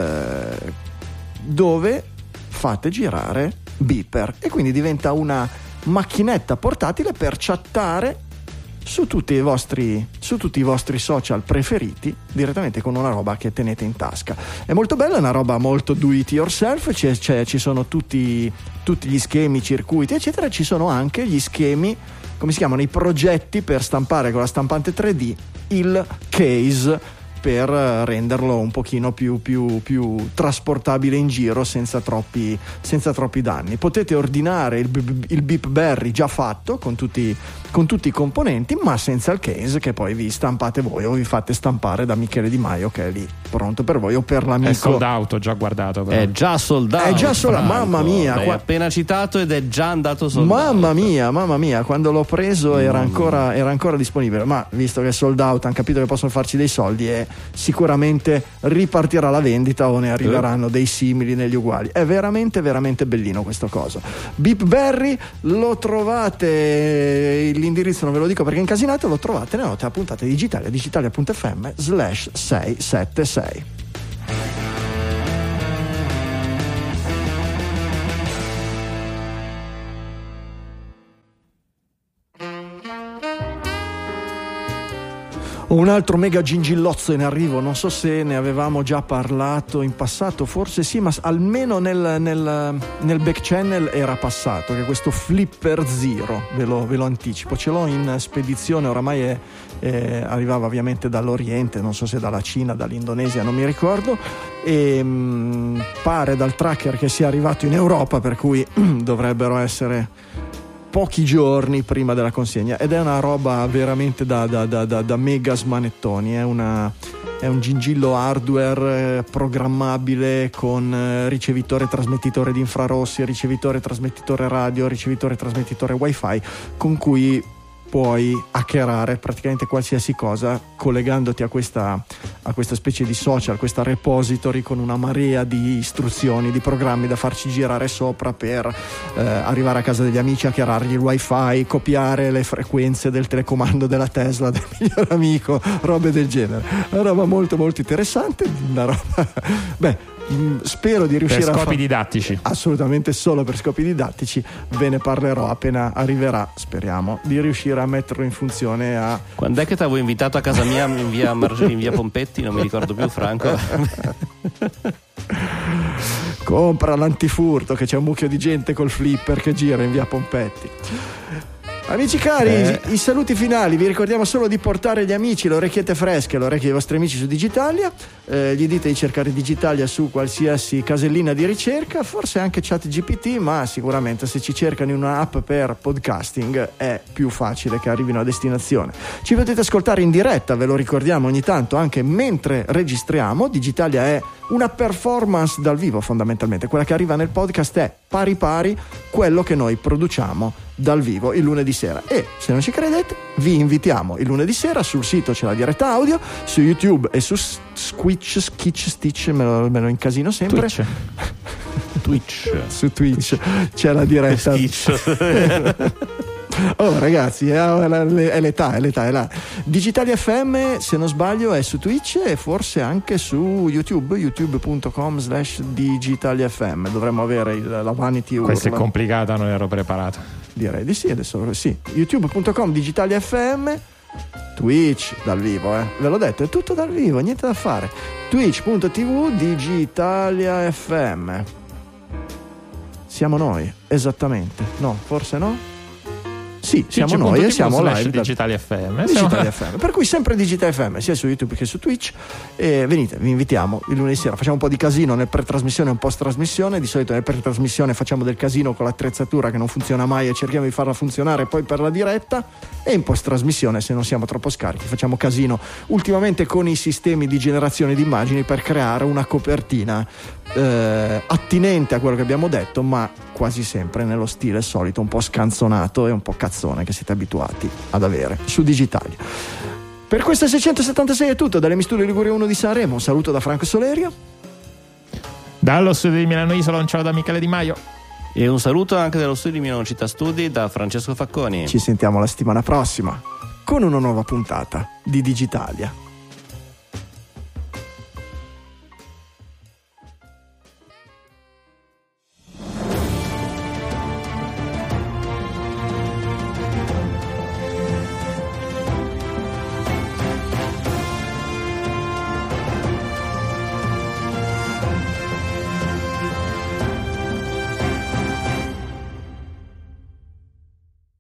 dove fate girare Beeper, e quindi diventa una macchinetta portatile per chattare su tutti i vostri social preferiti direttamente con una roba che tenete in tasca. È molto bella, è una roba molto do it yourself, ci sono tutti gli schemi, circuiti eccetera, ci sono anche gli schemi, come si chiamano, i progetti per stampare con la stampante 3D il case, per renderlo un pochino più trasportabile in giro senza troppi danni. Potete ordinare il BeepBerry già fatto con tutti i componenti, ma senza il case, che poi vi stampate voi o vi fate stampare da Michele Di Maio, che è lì pronto per voi, o per l'amico. È sold out, ho già guardato però. È già sold out, mamma mia, l'hai appena citato ed è già andato sold out. Mamma mia, quando l'ho preso era ancora disponibile, ma visto che è sold out hanno capito che possono farci dei soldi e sicuramente ripartirà la vendita o ne arriveranno dei simili negli uguali. È veramente veramente bellino questo coso. BeepBerry lo trovate, l'indirizzo non ve lo dico perché è incasinato, lo trovate nelle note a puntate digitalia.fm/676. Un altro mega gingillozzo in arrivo, non so se ne avevamo già parlato in passato, forse sì, ma almeno nel back channel era passato, che è questo Flipper Zero, ve lo anticipo, ce l'ho in spedizione, oramai arrivava ovviamente dall'Oriente, non so se dalla Cina, dall'Indonesia, non mi ricordo, e pare dal tracker che sia arrivato in Europa, per cui dovrebbero essere pochi giorni prima della consegna, ed è una roba veramente da mega smanettoni. È un gingillo hardware programmabile con ricevitore trasmettitore di infrarossi, ricevitore trasmettitore radio, ricevitore trasmettitore wifi, con cui puoi hackerare praticamente qualsiasi cosa collegandoti a questa specie di social, questa repository con una marea di istruzioni, di programmi da farci girare sopra per arrivare a casa degli amici, hackerargli il wifi, copiare le frequenze del telecomando della Tesla del miglior amico, robe del genere. Una roba molto molto interessante, una roba spero di riuscire per scopi didattici, assolutamente solo per scopi didattici. Ve ne parlerò appena arriverà, speriamo di riuscire a metterlo in funzione. Quando è che ti avevo invitato a casa mia in via Pompetti, non mi ricordo più, Franco? Compra l'antifurto, che c'è un mucchio di gente col flipper che gira in via Pompetti. Amici cari, i saluti finali. Vi ricordiamo solo di portare gli amici, le orecchiette fresche, le orecchie dei vostri amici su Digitalia. Gli dite di cercare Digitalia su qualsiasi casellina di ricerca, forse anche ChatGPT, ma sicuramente se ci cercano in un'app per podcasting è più facile che arrivino a destinazione. Ci potete ascoltare in diretta, ve lo ricordiamo ogni tanto, anche mentre registriamo. Digitalia è una performance dal vivo, fondamentalmente. Quella che arriva nel podcast è pari pari quello che noi produciamo dal vivo il lunedì sera. E se non ci credete, vi invitiamo il lunedì sera. Sul sito c'è la diretta audio, su YouTube e su Stitch, me lo incasino sempre. Twitch. Su Twitch c'è la diretta. Oh ragazzi, è l'età, è là. Digitalia FM, se non sbaglio, è su Twitch e forse anche su YouTube, youtube.com/DigitaliaFM. Dovremmo avere la vanity urla. Questa è complicata, non ero preparato. Direi di sì, adesso sì. youtube.com DigitaliaFM, Twitch dal vivo, ve l'ho detto, è tutto dal vivo, niente da fare. Twitch.tv DigitaliaFM. Siamo noi, esattamente. No, forse no? Sì, siamo noi e siamo live Digitalia FM. Digitalia FM. Per cui sempre Digitalia FM, sia su YouTube che su Twitch. E venite, vi invitiamo il lunedì sera. Facciamo un po' di casino nel pre-trasmissione e un post-trasmissione. Di solito nel pre-trasmissione facciamo del casino con l'attrezzatura che non funziona mai e cerchiamo di farla funzionare poi per la diretta. E in post-trasmissione, se non siamo troppo scarichi, facciamo casino ultimamente con i sistemi di generazione di immagini per creare una copertina attinente a quello che abbiamo detto, ma quasi sempre nello stile solito, un po' scanzonato e un po' cazzone che siete abituati ad avere su Digitalia. Per questo 676 è tutto dalle Studio Liguria 1 di Sanremo. Un saluto da Franco Solerio, dallo studio di Milano Isola un ciao da Michele Di Maio e un saluto anche dallo studio di Milano Città Studi da Francesco Facconi. Ci sentiamo la settimana prossima con una nuova puntata di Digitalia.